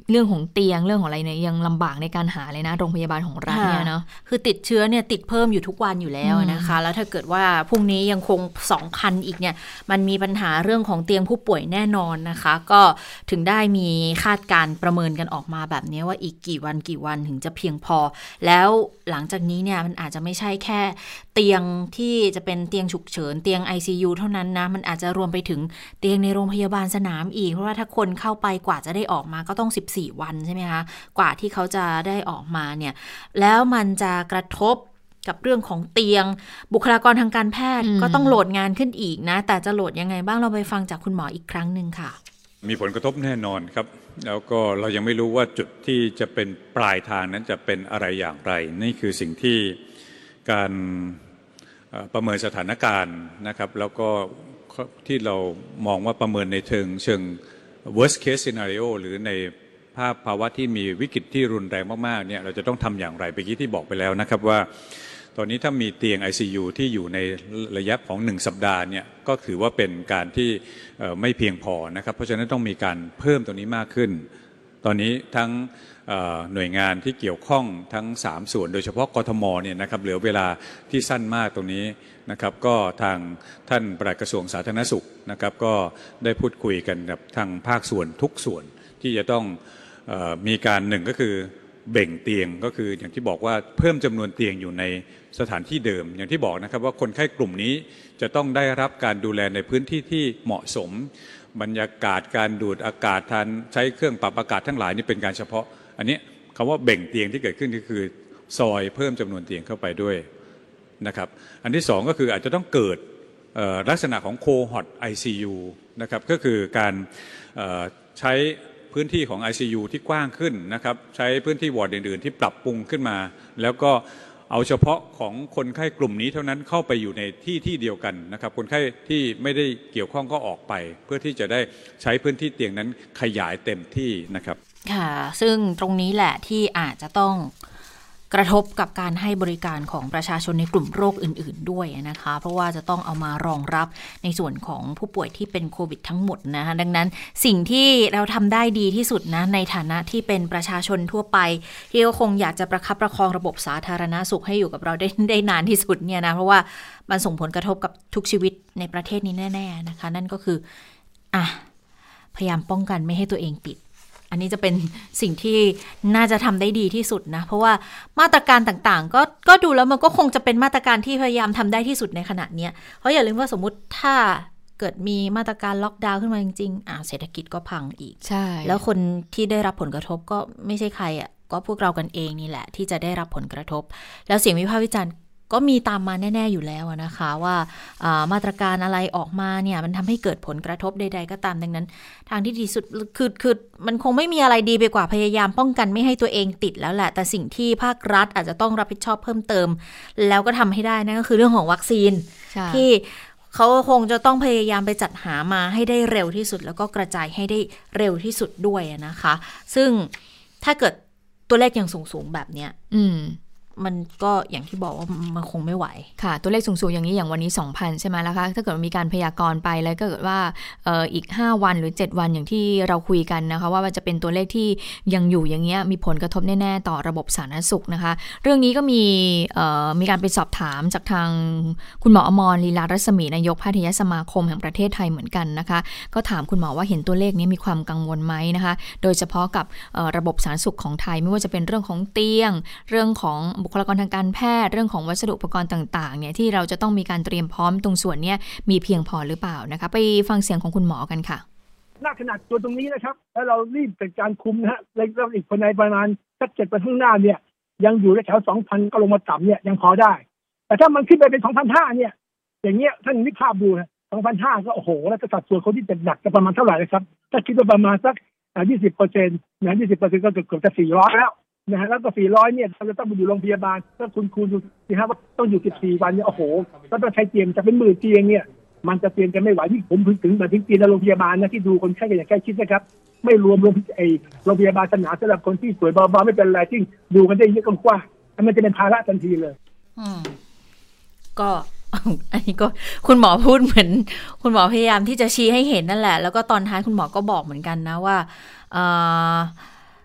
เรื่องของเตียงเรื่องของอะไรเนี่ยยังลำบากในการหาเลยนะโรงพยาบาลของรัฐเนี่ยเนาะคือติดเชื้อเนี่ยติดเพิ่มอยู่ทุกวันอยู่แล้วนะคะแล้วถ้าเกิดว่าพรุ่งนี้ยังคง สองพัน อีกเนี่ยมันมีปัญหาเรื่องของเตียงผู้ป่วยแน่นอนนะคะก็ถึงได้มีคาดการณ์ประเมินกันออกมาแบบนี้ว่าอีกกี่วันกี่วันถึงจะเพียงพอแล้วหลังจากนี้เนี่ยมันอาจจะไม่ใช่แค่เตียงที่จะเป็นเตียงฉุกเฉินเตียง ไอ ซี ยู เท่านั้นนะมันอาจจะรวมไปถึงเตียงในโรงพยาบาลสนามอีกเพราะว่าถ้าคนเข้าไปกว่าจะได้ออกมาก็ต้องสิบสี่วันใช่ไหมคะกว่าที่เขาจะได้ออกมาเนี่ยแล้วมันจะกระทบกับเรื่องของเตียงบุคลากรทางการแพทย์ก็ต้องโหลดงานขึ้นอีกนะแต่จะโหลดยังไงบ้างเราไปฟังจากคุณหมออีกครั้งนึงค่ะมีผลกระทบแน่นอนครับแล้วก็เรายังไม่รู้ว่าจุดที่จะเป็นปลายทางนั้นจะเป็นอะไรอย่างไรนี่คือสิ่งที่การประเมินสถานการณ์นะครับแล้วก็ที่เรามองว่าประเมินในเชิงเชิง worst case scenario หรือในภาพภาวะที่มีวิกฤตที่รุนแรงมากๆเนี่ยเราจะต้องทำอย่างไรเมื่อกี้ที่บอกไปแล้วนะครับว่าตอนนี้ถ้ามีเตียง ไอ ซี ยู ที่อยู่ในระยะของหนึ่งสัปดาห์เนี่ยก็ถือว่าเป็นการที่ไม่เพียงพอนะครับเพราะฉะนั้นต้องมีการเพิ่มตัวนี้มากขึ้นตอนนี้ทั้งหน่วยงานที่เกี่ยวข้องทั้งสามส่วนโดยเฉพาะกทมเนี่ยนะครับเหลือเวลาที่สั้นมากตรงนี้นะครับก็ทางท่านปลัดกระทรวงสาธารณสุขนะครับก็ได้พูดคุยกันกับทางภาคส่วนทุกส่วนที่จะต้องเอ่อมีการหนึ่งก็คือเบ่งเตียงก็คืออย่างที่บอกว่าเพิ่มจำนวนเตียงอยู่ในสถานที่เดิมอย่างที่บอกนะครับว่าคนไข้กลุ่มนี้จะต้องได้รับการดูแลในพื้นที่ที่เหมาะสมบรรยากาศการดูดอากาศทานใช้เครื่องปรับอากาศทั้งหลายนี่เป็นการเฉพาะอันนี้คำว่าเบ่งเตียงที่เกิดขึ้นก็คือซอยเพิ่มจำนวนเตียงเข้าไปด้วยนะครับอันที่สองก็คืออาจจะต้องเกิดลักษณะของโคฮอต ไอ ซี ยู นะครับก็คือการใช้พื้นที่ของ ไอ ซี ยู ที่กว้างขึ้นนะครับใช้พื้นที่วอร์ดอื่นๆที่ปรับปรุงขึ้นมาแล้วก็เอาเฉพาะของคนไข้กลุ่มนี้เท่านั้นเข้าไปอยู่ในที่ที่เดียวกันนะครับคนไข้ที่ไม่ได้เกี่ยวข้องก็ออกไปเพื่อที่จะได้ใช้พื้นที่เตียงนั้นขยายเต็มที่นะครับค่ะซึ่งตรงนี้แหละที่อาจจะต้องกระทบกับการให้บริการของประชาชนในกลุ่มโรคอื่นๆด้วยนะคะเพราะว่าจะต้องเอามารองรับในส่วนของผู้ป่วยที่เป็นโควิดทั้งหมดนะคะดังนั้นสิ่งที่เราทำได้ดีที่สุดนะในฐานะที่เป็นประชาชนทั่วไปที่ก็คงอยากจะประคับประคองระบบสาธารณสุขให้อยู่กับเราได้ได้นานที่สุดเนี่ยนะเพราะว่ามันส่งผลกระทบกับทุกชีวิตในประเทศนี้แน่ๆนะคะนั่นก็คืออ่ะพยายามป้องกันไม่ให้ตัวเองติดอันนี้จะเป็นสิ่งที่น่าจะทำได้ดีที่สุดนะเพราะว่ามาตรการต่างๆก็ก็ดูแล้วมันก็คงจะเป็นมาตรการที่พยายามทำได้ที่สุดในขณะนี้เพราะอย่าลืมว่าสมมุติถ้าเกิดมีมาตรการล็อกดาวน์ขึ้นมาจริงๆอ่าเศรษฐกิจก็พังอีกใช่แล้วคนที่ได้รับผลกระทบก็ไม่ใช่ใครอ่ะก็พวกเรากันเองนี่แหละที่จะได้รับผลกระทบแล้วเสียงวิพากษ์วิจารณ์ก็มีตามมาแน่ๆอยู่แล้วนะคะว่ามาตรการอะไรออกมาเนี่ยมันทำให้เกิดผลกระทบใดๆก็ตามดังนั้นทางที่ดีสุดคือคือมันคงไม่มีอะไรดีไปกว่าพยายามป้องกันไม่ให้ตัวเองติดแล้วแหละแต่สิ่งที่ภาครัฐอาจจะต้องรับผิดชอบเพิ่มเติมแล้วก็ทำให้ได้นั่นก็คือเรื่องของวัคซีนที่เขาคงจะต้องพยายามไปจัดหามาให้ได้เร็วที่สุดแล้วก็กระจายให้ได้เร็วที่สุดด้วยนะคะซึ่งถ้าเกิดตัวเลขยังสูงๆแบบเนี้ยอืมมันก็อย่างที่บอกว่ามันคงไม่ไหวค่ะตัวเลขสูงๆอย่างนี้อย่างวันนี้ สองพัน ใช่ไหมล่ะคะถ้าเกิดมีการพยากรณ์ไปแล้วก็เกิดว่าเอ่ออีกห้าวันหรือเจ็ดวันอย่างที่เราคุยกันนะคะว่าจะเป็นตัวเลขที่ยังอยู่อย่างเงี้ยมีผลกระทบแน่ๆต่อระบบสาธารณสุขนะคะเรื่องนี้ก็มีเอ่อมีการไปสอบถามจากทางคุณหมออมรลีลารัศมีนายกแพทยสมาคมแห่งประเทศไทยเหมือนกันนะคะก็ถามคุณหมอว่าเห็นตัวเลขนี้มีความกังวลไหมนะคะโดยเฉพาะกับระบบสาธารณสุขของไทยไม่ว่าจะเป็นเรื่องของเตียงเรื่องของบุคลากรทางการแพทย์เรื่องของวัสดุอุปกรณ์ต่างๆเนี่ยที่เราจะต้องมีการเตรียมพร้อมตรงส่วนนี้มีเพียงพอหรือเปล่านะคะไปฟังเสียงของคุณหมอกันค่ะณขนาดตัวตรงนี้นะครับแล้วเรารีบจัดการคุมนะฮะแล้วอีกคนในประมาณสักเจ็ดวันข้างหน้าเนี่ยยังอยู่ในแถว สองพัน ก็ลงมาต่ำเนี่ยยังพอได้แต่ถ้ามันขึ้นไปเป็น สองพันห้าร้อย เนี่ยอย่างเงี้ยท่านนึกภาพดูนะ สองพันห้าร้อย ก็โอ้โหแล้วจะสัดส่วนคนที่เป็นหนักจะประมาณเท่าไหร่นะครับถ้าคิดว่าประมาณสักยี่สิบเปอร์เซ็นต์ นะ ยี่สิบเปอร์เซ็นต์ ก็เกือบจะสี่ร้อยแล้วนะฮะแล้วก็สี่ร้อยเนี่ยเราจะต้องไปอยู่โรงพยาบาลถ้าคุณคูณดูสิครับว่าต้องอยู่สิบสี่วันเนี่ยโอ้โหก็ต้องใช้เตียงจะเป็นหมื่นเตียงเนี่ยมันจะเตียงกันไม่ไหวที่ผมถึงถึงมาถึงเตียงในโรงพยาบาลนะที่ดูคนไข้กันอย่างใกล้ชิดนะครับไม่รวมโรงไอ้โรงพยาบาลสนามสำหรับคนที่ป่วยเบาๆไม่เป็นไรที่ดูกันได้เยอะกว้างๆมันจะเป็นภาระทันทีเลยอืมก็อันนี้ก็คุณหมอพูดเหมือนคุณหมอพยายามที่จะชี้ให้เห็นนั่นแหละแล้วก็ตอนท้ายคุณหมอก็บอกเหมือนกันนะว่าเอ่อ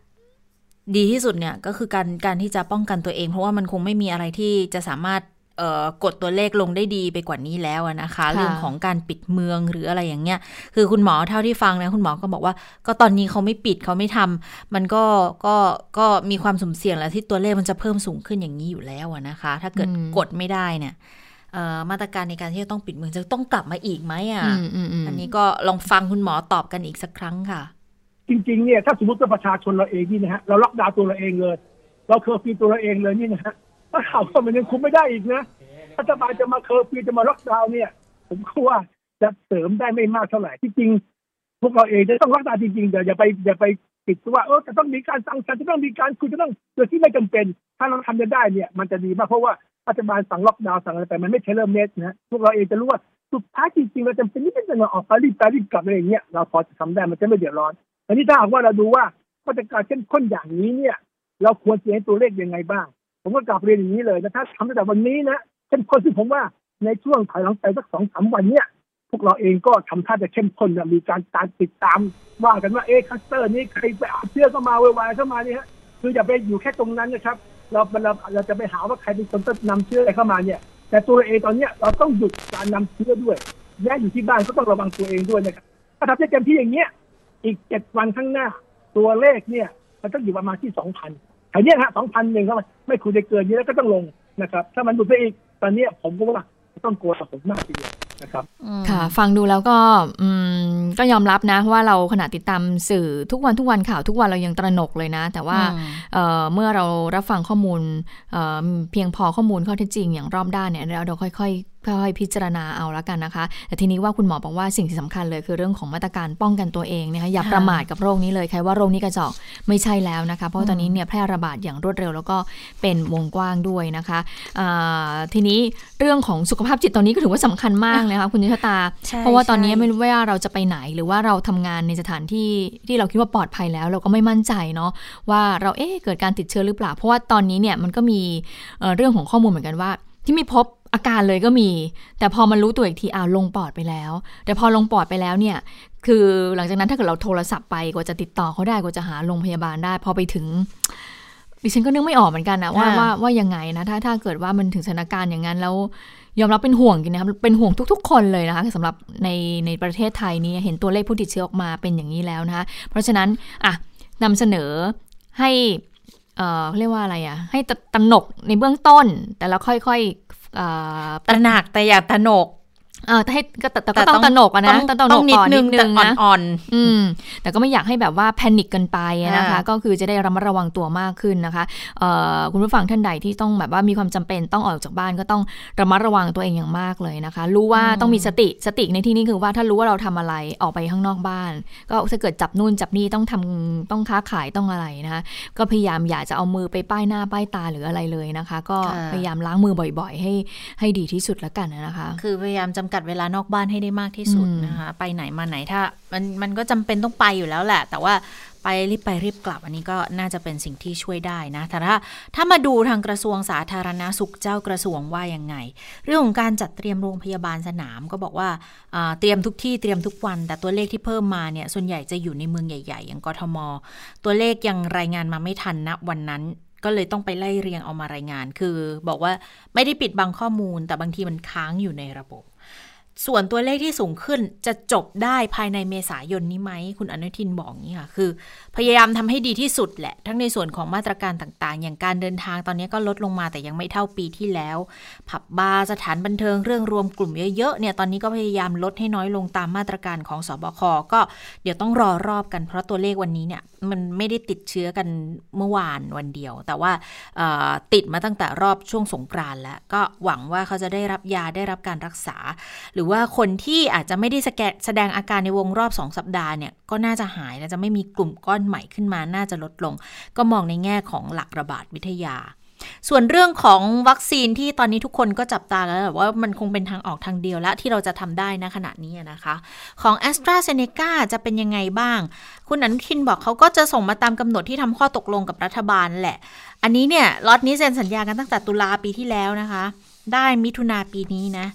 ดีที่สุดเนี่ยก็คือการการที่จะป้องกันตัวเองเพราะว่ามันคงไม่มีอะไรที่จะสามารถกดตัวเลขลงได้ดีไปกว่านี้แล้วนะคะเรื่องของการปิดเมืองหรืออะไรอย่างเงี้ยคือคุณหมอเท่าที่ฟังนะคุณหมอก็บอกว่าก็ตอนนี้เขาไม่ปิดเขาไม่ทำมันก็ก็ก็มีความสุ่มเสี่ยงแล้วที่ตัวเลขมันจะเพิ่มสูงขึ้นอย่างนี้อยู่แล้วนะคะถ้าเกิดกดไม่ได้เนี่ยมาตรการในการที่จะต้องปิดเมืองจะต้องกลับมาอีกไหมอ่ะ อ, อันนี้ก็ลองฟังคุณหมอตอบกันอีกสักครั้งค่ะจริงๆเนี่ยถ้าสมมติว่าประชาชนเราเองนี่นะฮะเราล็อกดาวน์ตัวเราเองเลยเราเคอร์ฟิวตัวเราเองเลยนี่นะฮะถ้าข่าวว่ามันยังคุมไม่ได้อีกนะรัฐบาลจะมาเคอร์ฟิวจะมาล็อกดาวน์เนี่ยผมคิดว่าจะเสริมได้ไม่มากเท่าไหร่ที่จริงพวกเราเองจะต้องล็อกดาวน์จริงๆเดี๋ยวอย่าไปอย่าไปติดว่าเออจะต้องมีการสั่งการจะต้องมีการคุยจะต้องโดยที่ไม่จำเป็นถ้าเราทำได้เนี่ยมันจะดีมากเพราะว่ารัฐบาลสั่งล็อกดาวน์สั่งอะไรไปมันไม่ใช่เริ่มเน็ตนะพวกเราเองจะรู้ว่าสุดท้ายจริงๆเราจำเป็นที่จะออกไปรีบไปรีบกลับอะไรอย่างเงี้ยเราพอจะทำได้มันจะไม่เดือดร้อนอันนี้ถ้าหากว่าเราดูว่ามาตรการเข้มข้นอย่างนี้เนี่ยเราควรจะให้ตัวเลขยังไงบ้างผมก็กลับเรียนอย่างนี้เลยนะถ้าทำตั้งแต่วันนี้นะเข้มข้นที่ผมว่าในช่วงถอยหลังไปสักสองสามวันเนี่ยพวกเราเองก็ทำท่าจะเข้มข้นมีการตามติดตามว่ากันว่าเอ๊ะคัสเตอร์นี้ใครไปเอาเชื้อเข้ามาไวๆเข้ามานี่ฮะคืออย่าไปอยู่แค่ตรงนั้นนะครับเราเราเราจะไปหาว่าใครเป็นคนต้นนำเชื้ออะไรเข้ามาเนี่ยแต่ตัวเองตอนนี้เราต้องหยุดการนำเชื้อด้วยแม้อยู่ที่บ้านก็ต้องระวังตัวเองด้วยนะครับถ้าทำได้เต็มที่อย่างเงี้ยอีกเจ็ดวันข้างหน้าตัวเลขเนี่ยมันต้องอยู่ประมาณที่ สองพัน ไอ้เนี่ยฮะ สองพัน เองก็ไม่ควรจะเกินนี้แล้วก็ต้องลงนะครับถ้ามันหลุดไปอีกตอนนี้ผมก็ว่าต้องกลัวผมมากทีเดียวนะครับค่ะฟังดูแล้วก็อืมก็ยอมรับนะว่าเราขณะติดตามสื่อทุกวันทุกวันข่าวทุกวันเรายังตระหนกเลยนะแต่ว่าเอ่อเมื่อเรารับฟังข้อมูลเอ่อเพียงพอข้อมูลข้อเท็จจริงอย่างรอบด้านเนี่ยเราค่อยๆค่อยๆพิจารณาเอาละกันนะคะแต่ทีนี้ว่าคุณหมอบอกว่าสิ่งที่สำคัญเลยคือเรื่องของมาตรการป้องกันตัวเองนะคะอย่าประมาทกับโรคนี้เลยใครว่าโรคนี้กระจอกไม่ใช่แล้วนะคะเพราะตอนนี้เนี่ยแพร่ระบาดอย่างรวดเร็วแล้วก็เป็นวงกว้างด้วยนะคะทีนี้เรื่องของสุขภาพจิตตอนนี้ก็ถือว่าสำคัญมากนะคะคุณยุทธตาเพราะว่าตอนนี้ไม่รู้ว่าเราจะไปไหนหรือว่าเราทำงานในสถานที่ที่เราคิดว่าปลอดภัยแล้วเราก็ไม่มั่นใจเนาะว่าเราเอ๊ะเกิดการติดเชื้อหรือเปล่าเพราะว่าตอนนี้เนี่ยมันก็มีเรื่องของข้อมูลเหมือนกันว่าที่ไม่พบอาการเลยก็มีแต่พอมันรู้ตัวอีกทีอ้าวลงปอดไปแล้วแต่พอลงปอดไปแล้วเนี่ยคือหลังจากนั้นถ้าเกิดเราโทรศัพท์ไปกว่าจะติดต่อเขาได้กว่าจะหาโรงพยาบาลได้พอไปถึงดิฉันก็นึกไม่ออกเหมือนกันนะว่าว่าว่ายังไงนะถ้าถ้าเกิดว่ามันถึงสถานการณ์อย่างนั้นแล้วยอมรับเป็นห่วงจริงนะครับเป็นห่วงทุกๆคนเลยนะคะสำหรับในในประเทศไทยนี้เห็นตัวเลขผู้ติดเชื้อออกมาเป็นอย่างนี้แล้วนะคะเพราะฉะนั้นอ่ะนำเสนอให้เอ่อเรียกว่าอะไรอ่ะให้ตระหนกในเบื้องต้นแต่แล้วค่อยๆตระหนักแต่อย่าตระหนกเออแต่ให้ก็แต่ก็ต้องตระหนกนะต้องต้องนิดนึงแต่อ่อนๆอืมแต่ก็ไม่อยากให้แบบว่าแพนิคกันไปนะคะก็คือจะได้ระมัดระวังตัวมากขึ้นนะคะเอ่อคุณผู้ฟังท่านใดที่ต้องแบบว่ามีความจำเป็นต้องออกจากบ้านก็ต้องระมัดระวังตัวเองอย่างมากเลยนะคะรู้ว่าต้องมีสติสติในที่นี้คือว่าถ้ารู้ว่าเราทำอะไรออกไปข้างนอกบ้านก็ถ้าเกิดจับนู่นจับนี่ต้องทำต้องค้าขายต้องอะไรนะคะก็พยายามอย่าจะเอามือไปป้ายหน้าป้ายตาหรืออะไรเลยนะคะก็พยายามล้างมือบ่อยๆให้ให้ดีที่สุดแล้วกันนะคะคือพยายามจำกัดเวลานอกบ้านให้ได้มากที่สุดนะคะไปไหนมาไหนถ้ามันมันก็จำเป็นต้องไปอยู่แล้วแหละแต่ว่าไปรีบไปรีบกลับอันนี้ก็น่าจะเป็นสิ่งที่ช่วยได้นะแต่ถ้าถ้ามาดูทางกระทรวงสาธารณสุขเจ้ากระทรวงว่ายังไงเรื่องของการจัดเตรียมโรงพยาบาลสนามก็บอกว่าเตรียมทุกที่เตรียมทุกวันแต่ตัวเลขที่เพิ่มมาเนี่ยส่วนใหญ่จะอยู่ในเมืองใหญ่ๆอย่างกทมตัวเลขยังรายงานมาไม่ทันณวันนั้นก็เลยต้องไปไล่เรียงเอามารายงานคือบอกว่าไม่ได้ปิดบังข้อมูลแต่บางทีมันค้างอยู่ในระบบส่วนตัวเลขที่สูงขึ้นจะจบได้ภายในเมษายนนี้ไหมคุณอนุทินบอกอย่างนี้ค่ะคือพยายามทำให้ดีที่สุดแหละทั้งในส่วนของมาตรการต่างๆอย่างการเดินทางตอนนี้ก็ลดลงมาแต่ยังไม่เท่าปีที่แล้วผับบาร์สถานบันเทิงเรื่องรวมกลุ่มเยอะๆเนี่ยตอนนี้ก็พยายามลดให้น้อยลงตามมาตรการของสบคก็เดี๋ยวต้องรอรอบกันเพราะตัวเลขวันนี้เนี่ยมันไม่ได้ติดเชื้อกันเมื่อวานวันเดียวแต่ว่าติดมาตั้งแต่รอบช่วงสงกรานต์แล้วก็หวังว่าเขาจะได้รับยาได้รับการรักษาหรือว่าคนที่อาจจะไม่ได้แสดงอาการในวงรอบสองสัปดาห์เนี่ยก็น่าจะหายและจะไม่มีกลุ่มก้อนใหม่ขึ้นมาน่าจะลดลงก็มองในแง่ของหลักระบาดวิทยาส่วนเรื่องของวัคซีนที่ตอนนี้ทุกคนก็จับตาแล้วว่ามันคงเป็นทางออกทางเดียวแล้วที่เราจะทำได้ณขณะนี้นะคะของ AstraZeneca จะเป็นยังไงบ้างคุณอนุทินบอกเขาก็จะส่งมาตามกำหนดที่ทำข้อตกลงกับรัฐบาลแหละอันนี้เนี่ยล็อตนี้เซ็นสัญญากันตั้งแต่ตุลาปีที่แล้วนะคะได้มิถุนาปีนี้นะ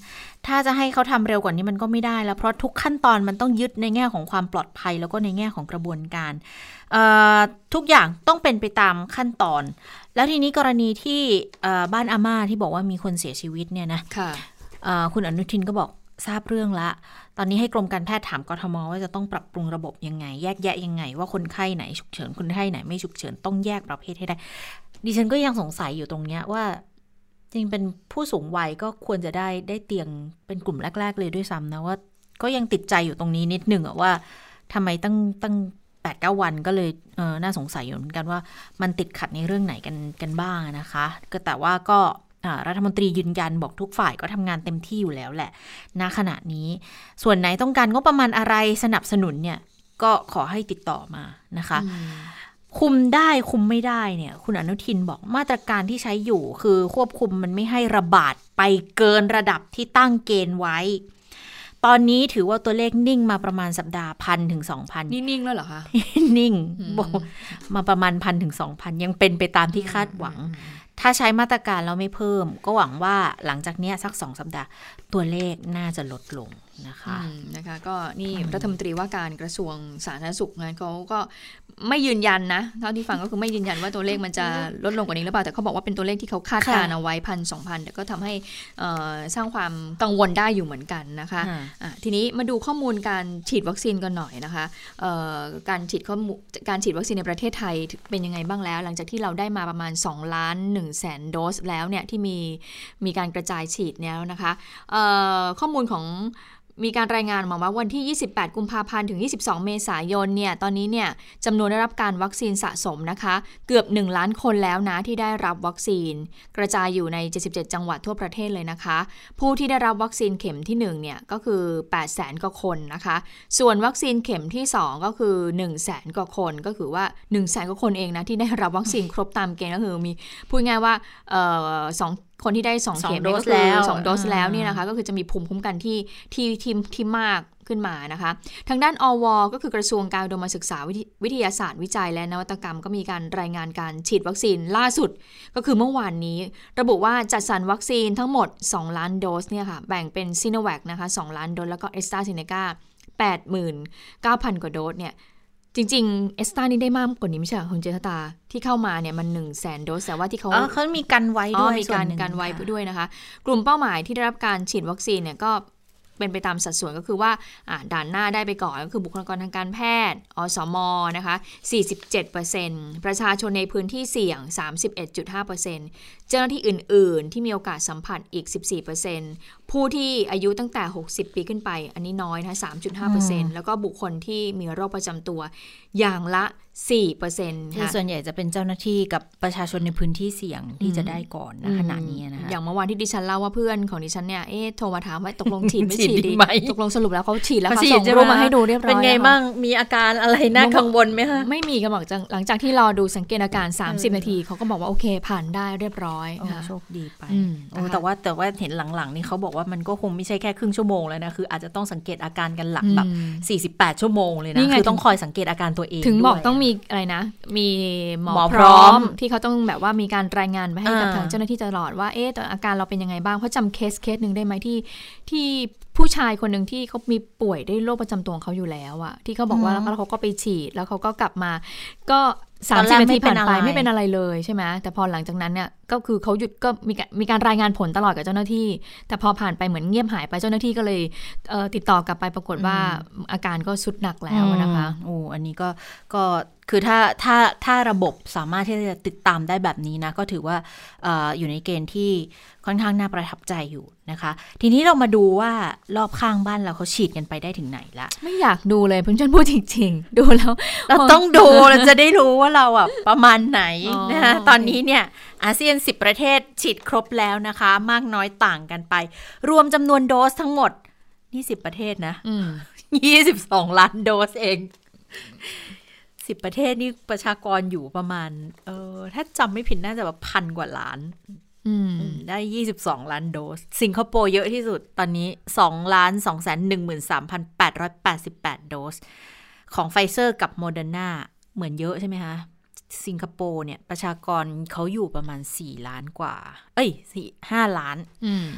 ถ้าจะให้เขาทำเร็วกว่านี้มันก็ไม่ได้แล้วเพราะทุกขั้นตอนมันต้องยึดในแง่ของความปลอดภัยแล้วก็ในแง่ของกระบวนการทุกอย่างต้องเป็นไปตามขั้นตอนแล้วทีนี้กรณีที่บ้านอาม่าที่บอกว่ามีคนเสียชีวิตเนี่ยนะคุณอนุทินก็บอกทราบเรื่องละตอนนี้ให้กรมการแพทย์ถามกทมว่าจะต้องปรับปรุงระบบยังไงแยกแยะยังไงว่าคนไข้ไหนฉุกเฉินคนไข้ไหนไม่ฉุกเฉินต้องแยกประเภทให้ได้ดิฉันก็ยังสงสัยอยู่ตรงเนี้ยว่าจริงเป็นผู้สูงวัยก็ควรจะได้ได้เตียงเป็นกลุ่มแรกๆเลยด้วยซ้ำนะว่าก็ยังติดใจอยู่ตรงนี้นิดนึงอะว่าทำไมตั้งตั้งแปดเก้าวันก็เลยเออน่าสงสัยอยู่เหมือนกันว่ามันติดขัดในเรื่องไหนกันกันบ้างนะคะก็แต่ว่าก็รัฐมนตรียืนยันบอกทุกฝ่ายก็ทำงานเต็มที่อยู่แล้วแหละณขณะนี้ส่วนไหนต้องการงบประมาณอะไรสนับสนุนเนี่ยก็ขอให้ติดต่อมานะคะคุมได้คุมไม่ได้เนี่ยคุณอนุทินบอกมาตรการที่ใช้อยู่คือควบคุมมันไม่ให้ระบาดไปเกินระดับที่ตั้งเกณฑ์ไว้ตอนนี้ถือว่าตัวเลขนิ่งมาประมาณสัปดาห์พันถึงสองพันนิ่งๆแล้วเหรอคะนิ่งบอกมาประมาณพันถึงสองพันยังเป็นไปตามที่คาดหวังถ้าใช้มาตรการแล้วไม่เพิ่มก็หวังว่าหลังจากนี้สักสองสัปดาห์ตัวเลขน่าจะลดลงนะคะนะคะก็นี่รัฐมนตรีว่าการกระทรวงสาธารณสุขนะเขาก็ไม่ยืนยันนะเท่าที่ฟังก็คือไม่ยืนยันว่าตัวเลขมันจะลดลงกว่านี้หรือเปล่าแต่เขาบอกว่าเป็นตัวเลขที่เขาคาดการณ์เอาไว้พันสองพันแต่ก็ทำให้สร้างความกังวลได้อยู่เหมือนกันนะคะะทีนี้มาดูข้อมูลการฉีดวัคซีนกันหน่อยนะคะการฉีดข้อมูลการฉีดวัคซีนในประเทศไทยเป็นยังไงบ้างแล้วหลังจากที่เราได้มาประมาณสองล้านหนึ่งแสนโดสแล้วเนี่ยที่มีมีการกระจายฉีดแล้วนะคะข้อมูลของมีการรายงานมาว่าวันที่ยี่สิบแปดกุมภาพันธ์ถึงยี่สิบสองเมษายนเนี่ยตอนนี้เนี่ยจำนวนได้รับการวัคซีนสะสมนะคะเกือบหนึ่งล้านคนแล้วนะที่ได้รับวัคซีนกระจายอยู่ในเจ็ดสิบเจ็ดจังหวัดทั่วประเทศเลยนะคะผู้ที่ได้รับวัคซีนเข็มที่หนึ่งเนี่ยก็คือแปดแสนกว่าคนนะคะส่วนวัคซีนเข็มที่สองก็คือหนึ่งแสนกว่าคนก็คือว่าหนึ่งแสนกว่าคนเองนะที่ได้รับวัคซีนครบตามเกณฑ์ก็คือมีพูดง่ายว่าเอ่อสองคนที่ได้สองเข็มก็คือสองโดสแล้วเนี่ยนะคะก็คือจะมีภูมิคุ้มกันที่ที่ที่ที่มากขึ้นมานะคะทางด้านอวก็คือกระทรวงการอุดมศึกษาวิทยาศาสตร์วิจัยและนวัตกรรมก็มีการรายงานการฉีดวัคซีนล่าสุดก็คือเมื่อวานนี้ระบุว่าจัดสรรวัคซีนทั้งหมดสองล้านโดสเนี่ยค่ะแบ่งเป็นซิโนแวคนะคะสองล้านโดสแล้วก็แอสตราเซเนกา แปดหมื่นเก้าพัน กว่าโดสเนี่ยจริงๆเอสตานี่ได้มากกว่านี้ไม่ใช่คุณเจษตาที่เข้ามาเนี่ยมัน หนึ่งแสน โดสแต่ว่าที่เขาเขามีกันไว้ด้วยมีการกันไว้ด้วยนะคะกลุ่มเป้าหมายที่ได้รับการฉีดวัคซีนเนี่ยก็เป็นไปตามสัดส่วนก็คือว่าด่านหน้าได้ไปก่อนก็คือบุคลากรทางการแพทย์อสมนะคะ สี่สิบเจ็ดเปอร์เซ็นต์ ประชาชนในพื้นที่เสี่ยง สามสิบเอ็ดจุดห้าเปอร์เซ็นต์ เจ้าหน้าที่อื่นๆที่มีโอกาสสัมผัสอีก สิบสี่เปอร์เซ็นต์ ผู้ที่อายุตั้งแต่หกสิบปีขึ้นไปอันนี้น้อยนะ สามจุดห้าเปอร์เซ็นต์ แล้วก็บุคคลที่มีโรคประจำตัวอย่างละ สี่เปอร์เซ็นต์ค่ะส่วนใหญ่จะเป็นเจ้าหน้าที่กับประชาชนในพื้นที่เสี่ยงที่จะได้ก่อนนะขณะนี้นะคะอย่างเมื่อวานที่ดิฉันเล่าว่าเพื่อนของดิฉันเนี่ยเอ๊ะโทรมาถามว่าตกลงฉีดไม่ฉีดดีตกลงสรุปแล้วเขาฉีดแล้วค่ะส่งรูปมาให้ดูเรียบร้อยเป็นไงบ้างมีอาการอะไรน่ากังวลไหมคะไม่มีกันบอกหลังจากที่รอดูสังเกตอาการสามสิบนาทีเขาก็บอกว่าโอเคผ่านได้เรียบร้อยโชคดีไปแต่ว่าแต่ว่าเห็นหลังๆนี่เขาบอกว่ามันก็คงไม่ใช่แค่ครึ่งชั่วโมงแล้วนะคืออาจจะต้องสังเกตอาการกันหลักแบบสี่สิบแปดชั่วโมงเลยนะคือต้องคอยสังเกตอาการตัวเองถึงบอกต้องมีอะไรนะมีหมอพร้อมที่เขาต้องแบบว่ามีการรายงานไปให้กับทางเจ้าหน้าที่ตลอดว่าเอ๊ะอาการเราเป็นยังไงบ้างเพราะจำเคสเคสนึงได้ไหมที่ที่ผู้ชายคนหนึ่งที่เขามีป่วยด้วยโรคประจำตัวของเขาอยู่แล้วอะที่เขาบอกว่าแล้วเขาก็ไปฉีดแล้วเขาก็กลับมาก็สามสิบนาทีผ่านไปไม่เป็นอะไรเลยใช่ไหมแต่พอหลังจากนั้นเนี่ยก็คือเขาหยุดก็มีมีการรายงานผลตลอดกับเจ้าหน้าที่แต่พอผ่านไปเหมือนเงียบหายไปเจ้าหน้าที่ก็เลยเอ่อติดต่อกลับไปปรากฏว่าอาการก็สุดหนักแล้วนะคะโอ้อันนี้ก็ก็คือถ้าถ้าถ้าระบบสามารถที่จะติดตามได้แบบนี้นะก็ถือว่าเอ่ออยู่ในเกณฑ์ที่ค่อนข้างน่าประทับใจอยู่นะคะทีนี้เรามาดูว่ารอบข้างบ้านเราเขาฉีดกันไปได้ถึงไหนละไม่อยากดูเลยเพื่อนๆพูดจริงๆดูแล้วเราต้องดูเราจะได้รู้ว่าเราอ่ะประมาณไหนนะคะตอนนี้เนี่ยอาเซียนสิบประเทศฉีดครบแล้วนะคะมากน้อยต่างกันไปรวมจำนวนโดสทั้งหมดนี่สิบประเทศนะยี่สิบสองล้านโดสเองสิบประเทศนี่ประชากรอยู่ประมาณเออถ้าจำไม่ผิดน่าจะแบบพันกว่าล้านได้ยี่สิบสองล้านโดสสิงคโปร์เยอะที่สุดตอนนี้ สองล้านสองแสนหนึ่งหมื่นสามพันแปดร้อยแปดสิบแปด โดสของไฟเซอร์กับโมเดอร์นาเหมือนเยอะใช่ไหมคะสิงคโปร์เนี่ยประชากรเขาอยู่ประมาณสี่ล้านกว่าเอ้ยสี่ ห้าล้าน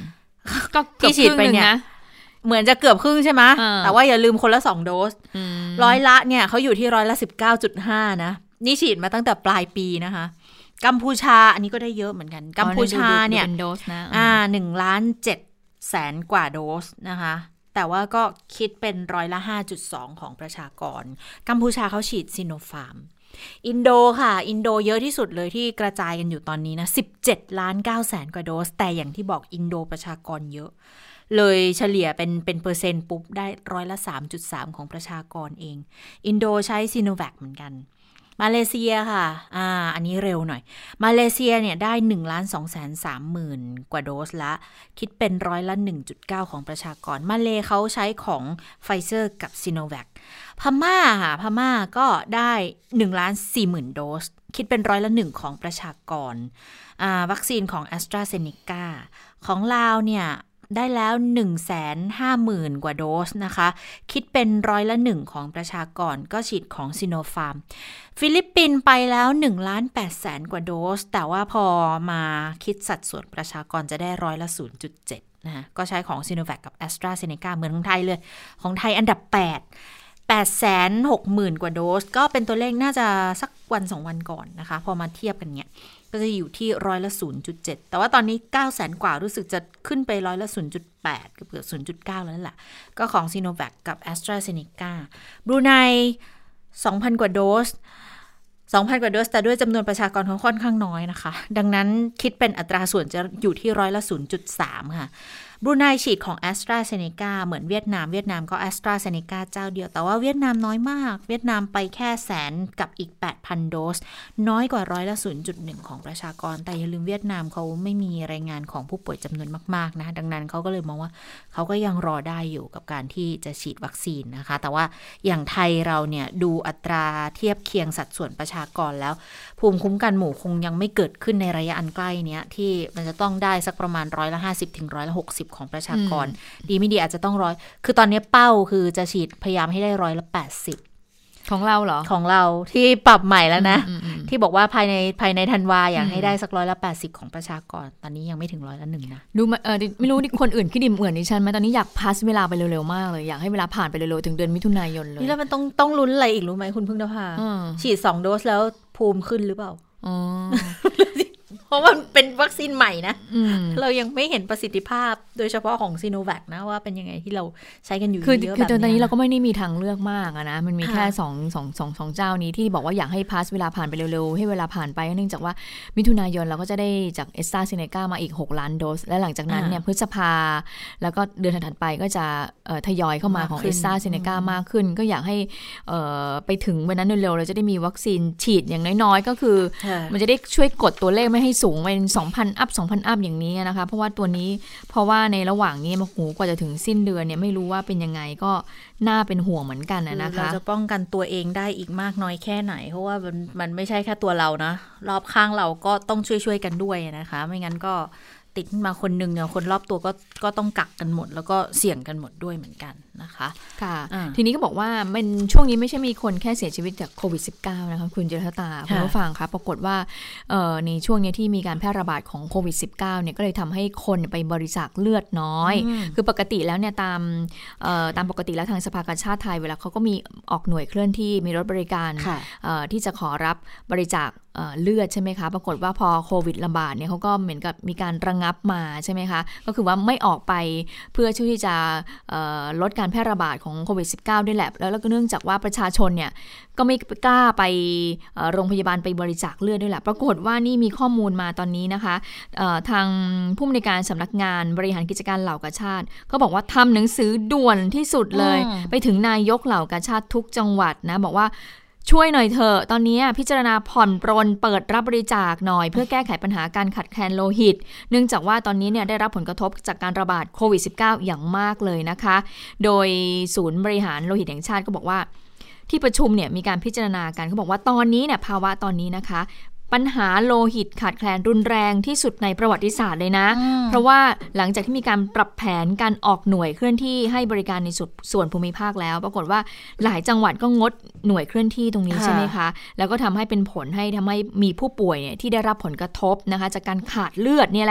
ก็ที่ฉีดไปเนี่ยเหมือนจะเกือบครึ่งใช่ไหมแต่ว่าอย่าลืมคนละสองโดสร้อยละเนี่ยเขาอยู่ที่ร้อยละสิบเก้าจุดห้านะนี่ฉีดมาตั้งแต่ปลายปีนะคะกัมพูชาอันนี้ก็ได้เยอะเหมือนกันกัมพูชาเนี่ยอ่าหนึ่งล้านเจ็ดแสนกว่าโดสนะคะแต่ว่าก็คิดเป็นร้อยละ ห้าจุดสอง ของประชากรกัมพูชาเขาฉีดซิโนฟาร์มอินโดค่ะอินโดเยอะที่สุดเลยที่กระจายกันอยู่ตอนนี้นะสิบเจ็ดล้านเก้าแสนกว่าโดสแต่อย่างที่บอกอินโดประชากรเยอะเลยเฉลี่ยเป็นเป็นเปอร์เซ็นต์ปุ๊บได้ร้อยละ สามจุดสาม ของประชากรเองอินโดใช้ซิโนแวคเหมือนกันมาเลเซียค่ะอ่าอันนี้เร็วหน่อยมาเลเซียเนี่ยได้ หนึ่งล้านสองแสนสามหมื่น กว่าโดสละคิดเป็นร้อยละ หนึ่งจุดเก้า ของประชากรมาเลเขาใช้ของไฟเซอร์กับซิโนแวคพม่าค่ะพม่าก็ได้ หนึ่งล้านสี่หมื่น โดสคิดเป็นร้อยละหนึ่งของประชากรอ่าวัคซีนของ AstraZeneca ของลาวเนี่ยได้แล้ว หนึ่งแสนห้าหมื่น กว่าโดสนะคะคิดเป็นร้อยละหนึ่งของประชากรก็ฉีดของซิโนฟาร์มฟิลิปปินส์ไปแล้ว หนึ่งล้านแปดแสน กว่าโดสแต่ว่าพอมาคิดสัดส่วนประชากรจะได้ร้อยละ ศูนย์จุดเจ็ด นะก็ใช้ของซิโนแวคกับ AstraZeneca เหมือนของไทยเลยของไทยอันดับแปด แปดแสนหกหมื่น กว่าโดสก็เป็นตัวเลขน่าจะสักวันสองวันก่อนนะคะพอมาเทียบกันเนี่ยก็จะอยู่ที่ร้อยละ ศูนย์จุดเจ็ด แต่ว่าตอนนี้ เก้าแสน กว่ารู้สึกจะขึ้นไปร้อยละ ศูนย์จุดแปด เกือบ ศูนย์จุดเก้า แล้วแหละก็ของซิโนแวคกับ AstraZeneca บรูไน สองพัน กว่าโดส สองพัน กว่าโดสแต่ด้วยจำนวนประชากรเขาค่อนข้างน้อยนะคะดังนั้นคิดเป็นอัตราส่วนจะอยู่ที่ร้อยละ ศูนย์จุดสาม ค่ะบรูไนฉีดของ AstraZeneca เหมือนเวียดนามเวียดนามก็ AstraZeneca เจ้าเดียวแต่ว่าเวียดนามน้อยมากเวียดนามไปแค่แสนกับอีก แปดพัน โดสน้อยกว่าร้อยละ ศูนย์จุดหนึ่ง ของประชากรแต่อย่าลืมเวียดนามเขาไม่มีรายงานของผู้ป่วยจำนวนมากๆนะดังนั้นเขาก็เลยมองว่าเขาก็ยังรอได้อยู่กับการที่จะฉีดวัคซีนนะคะแต่ว่าอย่างไทยเราเนี่ยดูอัตราเทียบเคียงสัดส่วนประชากรแล้วภูมิคุ้มกันหมู่คงยังไม่เกิดขึ้นในระยะอันใกล้เนี้ยที่มันจะต้องได้สักประมาณร้อยละห้าสิบถึงร้อยละหกสิบของประชากรดีไม่ดีอาจจะต้องร้อยคือตอนนี้เป้าคือจะฉีดพยายามให้ได้ร้อยละแปดสิบของเราเหรอของเราที่ปรับใหม่แล้วนะที่บอกว่าภายในภายในธันวาอยากให้ได้สักร้อยละแปดสิบของประชากรตอนนี้ยังไม่ถึงร้อยละหนึ่งนะดูเออไม่รู้ที่คนอื่นคิดดิเหมือนดิฉันไหมตอนนี้อยากพาสเวลาไปเร็วๆมากเลยอยากให้เวลาผ่านไปเร็วๆถึงเดือนมิถุนายนเลยนี่แล้วมันต้องต้องลุ้นอะไรอีกรู้ไหมคุณพึ่งนภาฉีดสองโดสแล้วภูมิขึ้นหรือเปล่าอ๋อเพราะว่าเป็นวัคซีนใหม่นะเรายังไม่เห็นประสิทธิภาพโดยเฉพาะของซิโนแวคนะว่าเป็นยังไงที่เราใช้กันอยู่เยอะแบบนี้คือตอนนี้เราก็ไม่ได้มีทางเลือกมากนะมันมีแค่สอง สอง สอง สองเจ้านี้ที่บอกว่าอยากให้พาสเวลาผ่านไปเร็วๆให้เวลาผ่านไปเนื่องจากว่ามิถุนายนเราก็จะได้จาก AstraZeneca มาอีกหกล้านโดสและหลังจากนั้นเนี่ยพฤษภาแล้วก็เดือนถัดไปก็จะทยอยเข้ามาของ AstraZeneca มากขึ้นก็อยากให้ไปถึงวันนั้นเร็วๆเราจะได้มีวัคซีนฉีดอย่างน้อยๆก็คือมันจะได้ช่วยกดตัวเลขไม่ให้สูงเป็น สองพัน อัพ สองพัน อัพอย่างนี้นะคะเพราะว่าตัวนี้เพราะว่าในระหว่างนี้มาหูกว่าจะถึงสิ้นเดือนเนี่ยไม่รู้ว่าเป็นยังไงก็น่าเป็นห่วงเหมือนกันนะคะเราจะป้องกันตัวเองได้อีกมากน้อยแค่ไหนเพราะว่ามันมันไม่ใช่แค่ตัวเรานะรอบข้างเราก็ต้องช่วยๆกันด้วยนะคะไม่งั้นก็ติดมาคนนึงเนี่ยคนรอบตัวก็ก็ต้องกักกันหมดแล้วก็เสี่ยงกันหมดด้วยเหมือนกันนะคะค่ะทีนี้ก็บอกว่ามันช่วงนี้ไม่ใช่มีคนแค่เสียชีวิตจากโควิด สิบเก้า นะคะคุณเจษตาคุณผู้ฟังคะปรากฏว่าในช่วงนี้ที่มีการแพร่ระบาดของโควิด สิบเก้า เนี่ยก็เลยทำให้คนไปบริจาคเลือดน้อยคือปกติแล้วเนี่ยตามตามปกติแล้วทางสภากาชาดไทยเวลาเขาก็มีออกหน่วยเคลื่อนที่มีรถบริการที่จะขอรับบริจาคเลือดใช่ไหมคะปรากฏว่าพอโควิดระบาดเนี่ยเขาก็เหมือนกับมีการระงับมาใช่ไหมคะก็คือว่าไม่ออกไปเพื่อช่วยที่จะลดการแพร่ระบาดของโควิด สิบเก้า ด้วยแหละแล้วก็เนื่องจากว่าประชาชนเนี่ยก็ไม่กล้าไปโรงพยาบาลไปบริจาคเลือดด้วยแหละปรากฏว่านี่มีข้อมูลมาตอนนี้นะคะทางผู้อำนวยการสำนักงานบริหารกิจการเหล่ากาชาดก็บอกว่าทำหนังสือด่วนที่สุดเลยไปถึงนายกเหล่ากาชาดทุกจังหวัดนะบอกว่าช่วยหน่อยเถอะตอนนี้พิจารณาผ่อนปรนเปิดรับบริจาคหน่อยเพื่อแก้ไขปัญหาการขาดแคลนโลหิตเนื่องจากว่าตอนนี้เนี่ยได้รับผลกระทบจากการระบาดโควิด สิบเก้า อย่างมากเลยนะคะโดยศูนย์บริหารโลหิตแห่งชาติก็บอกว่าที่ประชุมเนี่ยมีการพิจารณากันเขาบอกว่าตอนนี้เนี่ยภาวะตอนนี้นะคะปัญหาโลหิตขาดแคลนรุนแรงที่สุดในประวัติศาสตร์เลยนะเพราะว่าหลังจากที่มีการปรับแผนการออกหน่วยเคลื่อนที่ให้บริการในส่วนภูมิภาคแล้วปรากฏว่าหลายจังหวัดก็งดหน่วยเคลื่อนที่ตรงนี้ใช่ไหมคะแล้วก็ทำให้เป็นผลให้ทำให้มีผู้ป่วยเนี่ยที่ได้รับผลกระทบนะคะจากการขาดเลือดเนี่ยแหละ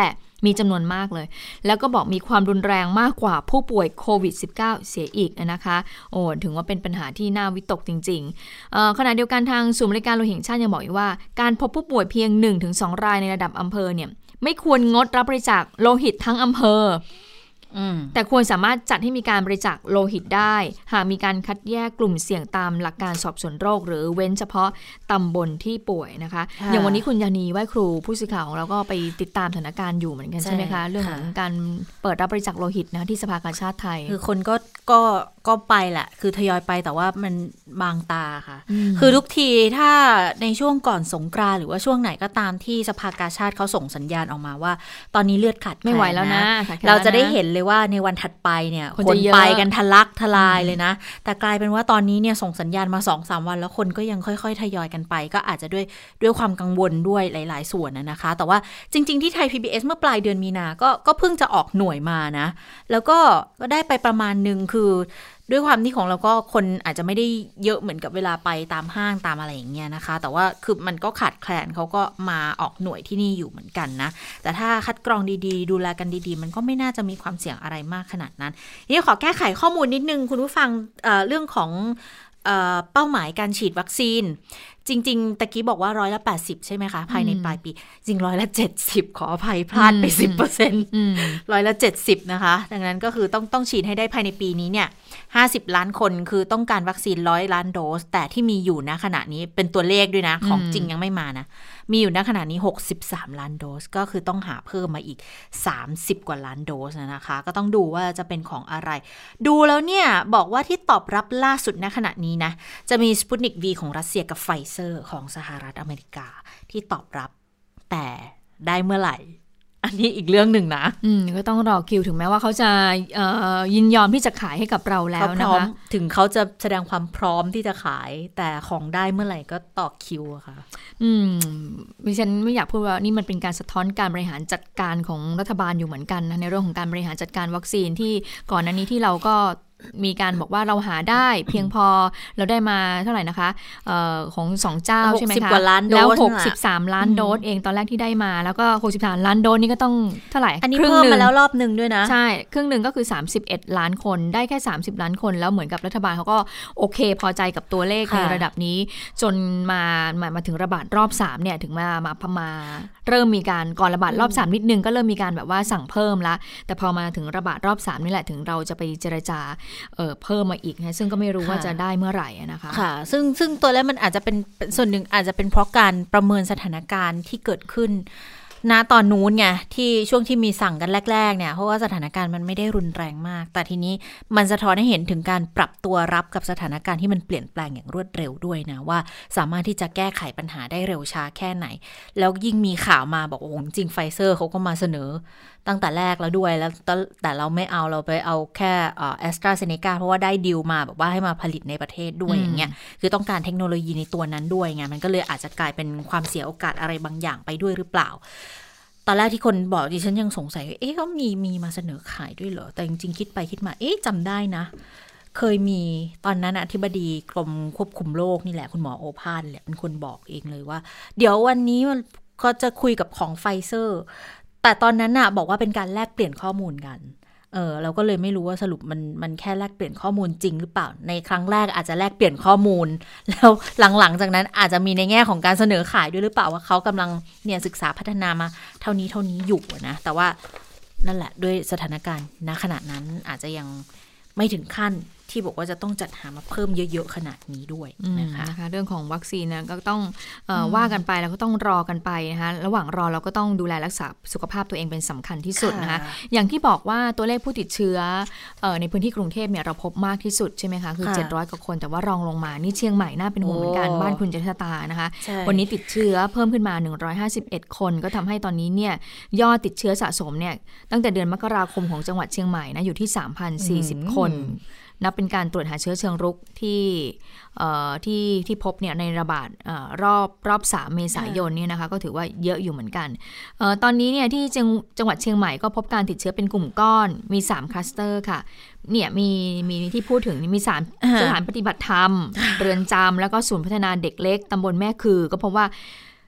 มีจำนวนมากเลยแล้วก็บอกมีความรุนแรงมากกว่าผู้ป่วยโควิด สิบเก้า เสียอีกนะคะโอ้ถึงว่าเป็นปัญหาที่น่าวิตกจริงๆขณะเดียวกันทางศูนย์บริการโลหิตแห่งชาติยังบอกอีกว่าการพบผู้ป่วยเพียง หนึ่งถึงสอง รายในระดับอำเภอเนี่ยไม่ควรงดรับบริจาคโลหิตทั้งอำเภอแต่ควรสามารถจัดให้มีการบริจาคโลหิตได้หากมีการคัดแยกกลุ่มเสี่ยงตามหลักการสอบสวนโรคหรือเว้นเฉพาะตำบลที่ป่วยนะคะอย่างวันนี้คุณยานีไหว้ครูผู้สื่อข่าวของเราก็ไปติดตามสถานการณ์อยู่เหมือนกันใช่ไหมคะเรื่องของการเปิดรับบริจาคโลหิตนะที่สภากาชาดไทยคือคนก็ก็ก็ไปแหละคือทยอยไปแต่ว่ามันบางตาค่ะคือทุกทีถ้าในช่วงก่อนสงกรานต์หรือว่าช่วงไหนก็ตามที่สภากาชาดเขาส่งสัญญาณออกมาว่าตอนนี้เลือดขาดไม่ไหวแล้วนะเราจะได้เห็นเลยว่าในวันถัดไปเนี่ยคนไปกันทะลักทลายเลยนะแต่กลายเป็นว่าตอนนี้เนี่ยส่งสัญญาณมา สองถึงสาม วันแล้วคนก็ยังค่อยๆทยอยกันไปก็อาจจะด้วยด้วยความกังวลด้วยหลายๆส่วนนะคะแต่ว่าจริงๆที่ไทย พี บี เอส เมื่อปลายเดือนมีนาก็ก็เพิ่งจะออกหน่วยมานะแล้วก็ก็ได้ไปประมาณนึงคือด้วยความที่ของเราก็คนอาจจะไม่ได้เยอะเหมือนกับเวลาไปตามห้างตามอะไรอย่างเงี้ยนะคะแต่ว่าคือมันก็ขาดแคลนเขาก็มาออกหน่วยที่นี่อยู่เหมือนกันนะแต่ถ้าคัดกรองดีๆดูแลกันดีๆมันก็ไม่น่าจะมีความเสี่ยงอะไรมากขนาดนั้นนี่ขอแก้ไขข้อมูลนิดนึงคุณผู้ฟัง เอ่อ เรื่องของเอ่อเป้าหมายการฉีดวัคซีนจริงๆตะกี้บอกว่าร้อยละแปดสิบใช่ไหมคะภายในปลายปีจริงร้อยละเจ็ดสิบขออภัยพลาดไป สิบเปอร์เซ็นต์ ร้อยละเจ็ดสิบนะคะดังนั้นก็คือต้องต้องฉีดให้ได้ภายในปีนี้เนี่ยห้าสิบล้านคนคือต้องการวัคซีนหนึ่งร้อยล้านโดสแต่ที่มีอยู่ณขณะนี้เป็นตัวเลขด้วยนะของจริงยังไม่มานะมีอยู่ณขณะนี้หกสิบสามล้านโดสก็คือต้องหาเพิ่มมาอีกสามสิบกว่าล้านโดสนะคะก็ต้องดูว่าจะเป็นของอะไรดูแล้วเนี่ยบอกว่าที่ตอบรับล่าสุดณขณะนี้นะจะมี Sputnik V ของรัสเซียกับไฟเซอร์ของสหรัฐอเมริกาที่ตอบรับแต่ได้เมื่อไหร่อันนี้อีกเรื่องหนึ่งนะอืมก็ต้องรอคิวถึงแม้ว่าเขาจะเอ่อยินยอมที่จะขายให้กับเราแล้วนะคะถึงเขาจะแสดงความพร้อมที่จะขายแต่ของได้เมื่อไหร่ก็ต่อคิวอะค่ะอืมดิฉันไม่อยากพูดว่านี่มันเป็นการสะท้อนการบริหารจัดการของรัฐบาลอยู่เหมือนกันนะในเรื่องของการบริหารจัดการวัคซีนที่ก่อนหน้านี้ที่เราก็มีการบอกว่าเราหาได้เพียงพอเราได้มาเท่าไหร่นะคะเอ่อของสองเจ้าใช่ไหมคะแล้วหกสิบสามล้านโดสเองตอนแรกที่ได้มาแล้วก็หกสิบสามล้านโดสนี่ก็ต้องเท่าไหร่อันนี้เพิ่มมาแล้วรอบนึงด้วยนะใช่ครึ่งนึงก็คือสามสิบเอ็ดล้านคนได้แค่สามสิบล้านคนแล้วเหมือนกับรัฐบาลเขาก็โอเคพอใจกับตัวเลขในระดับนี้จนมามามาถึงระบาดรอบสามเนี่ยถึงมามาพมาเริ่มมีการก่อนระบาดรอบสามนิดนึงก็เริ่มมีการแบบว่าสั่งเพิ่มละแต่พอมาถึงระบาดรอบสามนี่แหละถึงเราจะไปเจรจาเอ่อเพิ่มมาอีกนะซึ่งก็ไม่รู้ว่าจะได้เมื่อไหร่นะคะค่ะซึ่งซึ่งตัวแรกมันอาจจะเป็นส่วนหนึ่งอาจจะเป็นเพราะการประเมินสถานการณ์ที่เกิดขึ้นณตอนนู้นไงที่ช่วงที่มีสั่งกันแรกๆเนี่ยเพราะว่าสถานการณ์มันไม่ได้รุนแรงมากแต่ทีนี้มันสะท้อนให้เห็นถึงการปรับตัวรับกับสถานการณ์ที่มันเปลี่ยนแปลงอย่างรวดเร็วด้วยนะว่าสามารถที่จะแก้ไขปัญหาได้เร็วช้าแค่ไหนแล้วยิ่งมีข่าวมาบอกโอ้จริงไฟเซอร์เขาก็มาเสนอตั้งแต่แรกแล้วด้วยแล้วแต่เราไม่เอาเราไปเอาแค่แอสตราเซเนกาเพราะว่าได้ดีลมาแบบว่าให้มาผลิตในประเทศด้วยอย่างเงี้ยคือต้องการเทคโนโลยีในตัวนั้นด้วยไงมันก็เลยอาจจะกลายเป็นความเสียโอกาสอะไรบางอย่างไปด้วยหรือเปล่าตอนแรกที่คนบอกดิฉันยังสงสัยเอ๊ะเขามีมีมาเสนอขายด้วยเหรอแต่จริงๆคิดไปคิดมาเอ๊ะจำได้นะเคยมีตอนนั้นอธิบดีกรมควบคุมโรคนี่แหละคุณหมอโอภาสแหละเป็นคนบอกเองเลยว่าเดี๋ยววันนี้ก็จะคุยกับของไฟเซอร์แต่ตอนนั้นน่ะบอกว่าเป็นการแลกเปลี่ยนข้อมูลกันเออเราก็เลยไม่รู้ว่าสรุปมันมันแค่แลกเปลี่ยนข้อมูลจริงหรือเปล่าในครั้งแรกอาจจะแลกเปลี่ยนข้อมูลแล้วหลังๆจากนั้นอาจจะมีในแง่ของการเสนอขายด้วยหรือเปล่าว่าเขากำลังเนี่ยศึกษาพัฒนามาเท่านี้เท่านี้อยู่นะแต่ว่านั่นแหละด้วยสถานการณ์ณขณะนั้นอาจจะยังไม่ถึงขั้นที่บอกว่าจะต้องจัดหามาเพิ่มเยอะๆขนาดนี้ด้วยนะคะนะคะเรื่องของวัคซีนนะก็ต้องเอ่อว่ากันไปแล้วก็ต้องรอกันไปนะคะระหว่างรอเราก็ต้องดูแลรักษาสุขภาพตัวเองเป็นสำคัญที่สุดนะคะอย่างที่บอกว่าตัวเลขผู้ติดเชื้อเอ่อในพื้นที่กรุงเทพเนี่ยเราพบมากที่สุดใช่ไหมคะคือเจ็ดร้อยกว่าคนแต่ว่ารองลงมานี่เชียงใหม่น่าเป็นห่วงเหมือนกันบ้านคุณเจษตานะคะวันนี้ติดเชื้อเพิ่มขึ้นมาหนึ่งร้อยห้าสิบเอ็ดคนก็ทำให้ตอนนี้เนี่ยยอดติดเชื้อสะสมเนี่ยตั้งแต่เดือนมกราคมของจังหวัดเชียงใหม่นะอยู่ที่ สามพันสี่สิบ คนนับเป็นการตรวจหาเชื้อเชิงรุกที่ที่ที่พบเนี่ยในระบาดรอบรอบสามเมษายนเนี่ยนะคะก็ถือว่าเยอะอยู่เหมือนกันเอ่อตอนนี้เนี่ยที่จังหวัดเชียงใหม่ก็พบการติดเชื้อเป็นกลุ่มก้อนมีสามคลัสเตอร์ค่ะเนี่ยมีมีที่พูดถึงมีสามสถานปฏิบัติธรรมเรือนจำแล้วก็ศูนย์พัฒนาเด็กเล็กตำบลแม่คือก็พบว่า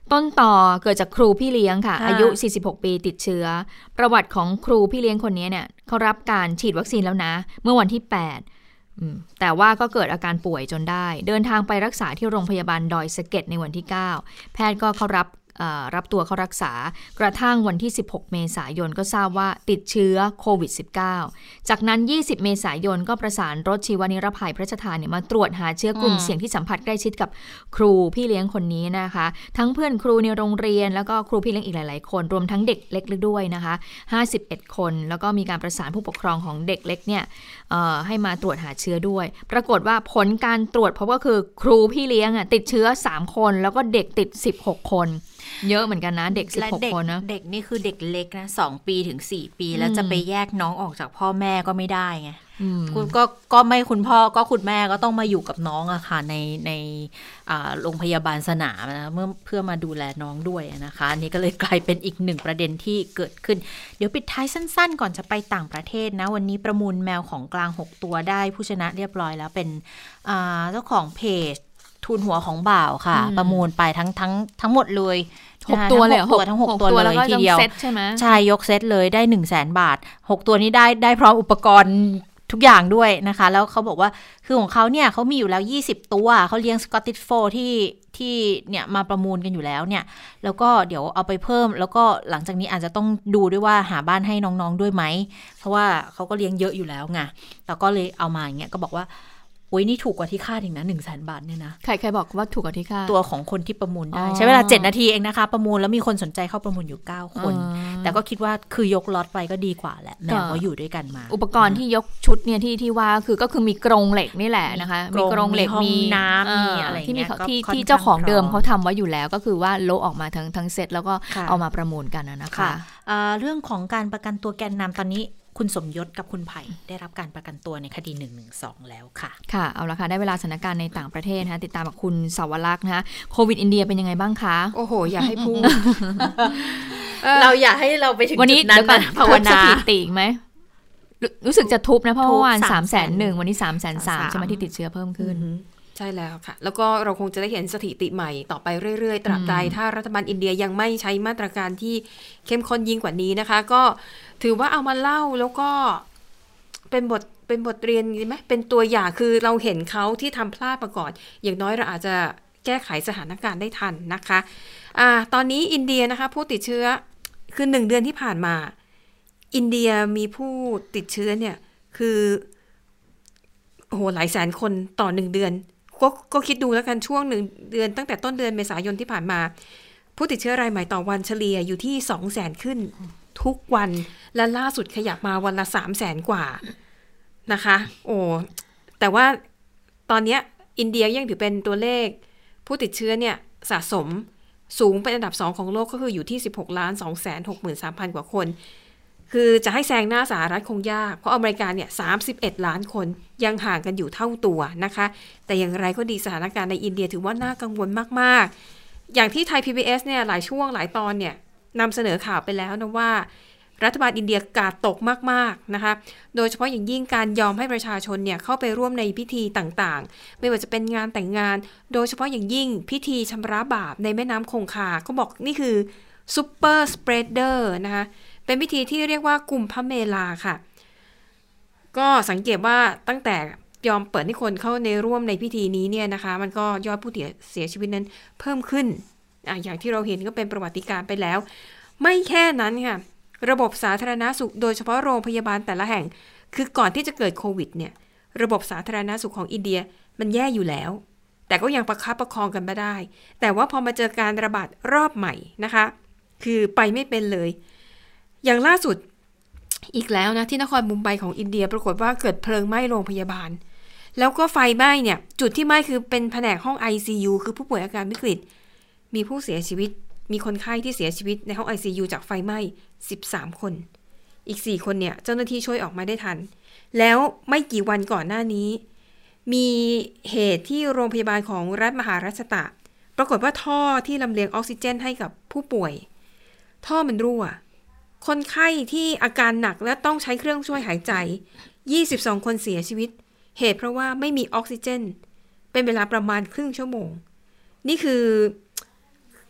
ต้นต่อเกิดจากครูพี่เลี้ยงค่ะอายุสี่สิบหกปีติดเชื้อประวัติของครูพี่เลี้ยงคนนี้เนี่ยเขารับการฉีดวัคซีนแล้วนะเมื่อวันที่แปดแต่ว่าก็เกิดอาการป่วยจนได้เดินทางไปรักษาที่โรงพยาบาลดอยสะเก็ดในวันที่เก้าแพทย์ก็เขารับรับตัวเขารักษากระทั่งวันที่สิบหกเมษายนก็ทราบว่าติดเชื้อโควิด สิบเก้า จากนั้นยี่สิบเมษายนก็ประสานรถชีวนิรภัยพระราชทานเนี่ยมาตรวจหาเชื้อกลุ่มเสี่ยงที่สัมผัสใกล้ชิดกับครูพี่เลี้ยงคนนี้นะคะทั้งเพื่อนครูในโรงเรียนแล้วก็ครูพี่เลี้ยงอีกหลายๆคนรวมทั้งเด็กเล็กด้วยนะคะห้าสิบเอ็ดคนแล้วก็มีการประสานผู้ปกครองของเด็กเล็กเนี่ยให้มาตรวจหาเชื้อด้วยปรากฏว่าผลการตรวจพบก็คือครูพี่เลี้ยงอ่ะติดเชื้อสามคนแล้วก็เด็กติดสิบหกคนเยอะเหมือนกันนะเด็กสิบหกคนนะเด็กนี่คือเด็กเล็กนะสองปีถึงสี่ปีแล้วจะไปแยกน้องออกจากพ่อแม่ก็ไม่ได้ไงคุณก็ก็ไม่คุณพ่อก็คุณแม่ก็ต้องมาอยู่กับน้องอะค่ะในในโรงพยาบาลสนามนะเมื่อเพื่อมาดูแลน้องด้วยนะคะนี่ก็เลยกลายเป็นอีกหนึ่งประเด็นที่เกิดขึ้นเดี๋ยวปิดท้ายสั้นๆก่อนจะไปต่างประเทศนะวันนี้ประมูลแมวของกลางหกตัวได้ผู้ชนะเรียบร้อยแล้วเป็นเจ้าของเพจทูลหัวของบ่าวค่ะประมูลไปทั้งทั้งทั้งหมดเลยหกตัวเลยหกทั้งหกตัวเลยทีเดียวใช่ไหมใช่ยกเซตเลยได้ หนึ่งแสน บาทหกตัวนี้ได้ได้พร้อมอุปกรณ์ทุกอย่างด้วยนะคะแล้วเขาบอกว่าคือของเขาเนี่ยเขามีอยู่แล้วยี่สิบตัวเขาเลี้ยงสกอตติชโฟลด์ที่ที่เนี่ยมาประมูลกันอยู่แล้วเนี่ยแล้วก็เดี๋ยวเอาไปเพิ่มแล้วก็หลังจากนี้อาจจะต้องดูด้วยว่าหาบ้านให้น้องๆด้วยไหมเพราะว่าเขาก็เลี้ยงเยอะอยู่แล้วไงแต่ก็เลยเอามาอย่างเงี้ยก็บอกว่าโอ้ยนี่ถูกกว่าที่คาดอีกนะ หนึ่งแสน บาทเนี่ยนะใครใครบอกว่าถูกกว่าที่คาดตัวของคนที่ประมูลได้ใช้เวลาเจ็ดนาทีเองนะคะประมูลแล้วมีคนสนใจเข้าประมูลอยู่เก้าคนแต่ก็คิดว่าคือยกล็อตไปก็ดีกว่าแหละแมวก็อยู่ด้วยกันมาอุปกรณ์ที่ยกชุดเนี่ยที่ที่ว่าคือก็คือมีกรงเหล็กนี่แหละนะคะมีกรงเหล็กมีน้ำมีอะไรที่มีที่ที่เจ้าของเดิมเขาทำไว้อยู่แล้วก็คือว่าโลออกมาทั้งทั้งเซตแล้วก็เอามาประมูลกันนะคะเรื่องของการประกันตัวแกนนำตอนนี้คุณสมยศกับคุณไผ่ได้รับการประกันตัวในคดีหนึ่งหนึ่งสองแล้วค่ะค่ะเอาละค่ะได้เวลาสถานการณ์ในต่างประเทศนะคะติดตามกับคุณสาวรักษ์นะคะโควิดอินเดียเป็นยังไงบ้างคะโอ้โหอย่าให้พูดเราอยากให้เราไปถึงวันนี้เดี๋ยวก่อนภาวนาสถิติอีกไหมรู้สึกจะทุบนะเพราะว่าวันสามแสนหนึ่งวันนี้สามแสนสามใช่ไหมที่ติดเชื้อเพิ่มขึ้นใช่แล้วค่ะแล้วก็เราคงจะได้เห็นสถิติใหม่ต่อไปเรื่อยๆตราบใดถ้ารัฐบาลอินเดียยังไม่ใช้มาตรการที่เข้มข้นยิ่งกว่านี้นะคะก็ถือว่าเอามาเล่าแล้วก็เป็นบทเป็นบทเรียนไหมเป็นตัวอย่างคือเราเห็นเขาที่ทำพลาดมาก่อนอย่างน้อยเราอาจจะแก้ไขสถานการณ์ได้ทันนะคะอ่าตอนนี้อินเดียนะคะผู้ติดเชื้อคือหนึ่งเดือนที่ผ่านมาอินเดียมีผู้ติดเชื้อเนี่ยคือโอ้โหหลายแสนคนต่อหนึ่งเดือนก็ก็คิดดูแล้วกันช่วงหนึ่งเดือนตั้งแต่ต้นเดือนเมษายนที่ผ่านมาผู้ติดเชื้อรายใหม่ต่อวันเฉลี่ยอยู่ที่สองแสนขึ้นทุกวันและล่าสุดขยับมาวันละสามแสนกว่านะคะโอ้แต่ว่าตอนนี้อินเดียยังถือเป็นตัวเลขผู้ติดเชื้อเนี่ยสะสมสูงเป็นอันดับสองของโลกก็คืออยู่ที่สิบหกล้านสองแสนหกหมื่นสามพันกว่าคนคือจะให้แซงหน้าสหรัฐคงยากเพราะอเมริกาเนี่ยสามสิบเอ็ดล้านคนยังห่างกันอยู่เท่าตัวนะคะแต่อย่างไรก็ดีสถานการณ์ในอินเดียถือว่าน่ากังวลมากๆอย่างที่ไทย พี บี เอส เนี่ยหลายช่วงหลายตอนเนี่ยนำเสนอข่าวไปแล้วนะว่ารัฐบาลอินเดียกาดตกมากๆนะคะโดยเฉพาะอย่างยิ่งการยอมให้ประชาชนเนี่ยเข้าไปร่วมในพิธีต่างๆไม่ว่าจะเป็นงานแต่งงานโดยเฉพาะอย่างยิ่งพิธีชำระบาปในแม่น้ำคงคาเขาบอกนี่คือซุปเปอร์สเปรดเดอร์นะคะเป็นพิธีที่เรียกว่ากุมภเมลาค่ะก็สังเกตว่าตั้งแต่ยอมเปิดให้คนเข้าในร่วมในพิธีนี้เนี่ยนะคะมันก็ยอดผู้เสียชีวิตนั้นเพิ่มขึ้นอ่ะอย่างที่เราเห็นก็เป็นประวัติการณ์ไปแล้วไม่แค่นั้นค่ะระบบสาธารณสุขโดยเฉพาะโรงพยาบาลแต่ละแห่งคือก่อนที่จะเกิดโควิดเนี่ยระบบสาธารณสุขของอินเดียมันแย่อยู่แล้วแต่ก็ยังประคับประคองกันมาได้แต่ว่าพอมาเจอการระบาดรอบใหม่นะคะคือไปไม่เป็นเลยอย่างล่าสุดอีกแล้วนะที่นครมุมไบของอินเดียปรากฏว่าเกิดเพลิงไหม้โรงพยาบาลแล้วก็ไฟไหม้เนี่ยจุดที่ไหม้คือเป็นแผนกห้อง ไอ ซี ยู คือผู้ป่วยอาการวิกฤตมีผู้เสียชีวิตมีคนไข้ที่เสียชีวิตในห้อง ไอ ซี ยู จากไฟไหม้สิบสามคนอีกสี่คนเนี่ยเจ้าหน้าที่ช่วยออกมาได้ทันแล้วไม่กี่วันก่อนหน้านี้มีเหตุที่โรงพยาบาลของรัฐมหาราชตะปรากฏว่าท่อที่ลำเลียงออกซิเจนให้กับผู้ป่วยท่อมันรั่วคนไข้ที่อาการหนักและต้องใช้เครื่องช่วยหายใจยี่สิบสองคนเสียชีวิตเหตุเพราะว่าไม่มีออกซิเจนเป็นเวลาประมาณครึ่งชั่วโมงนี่คือ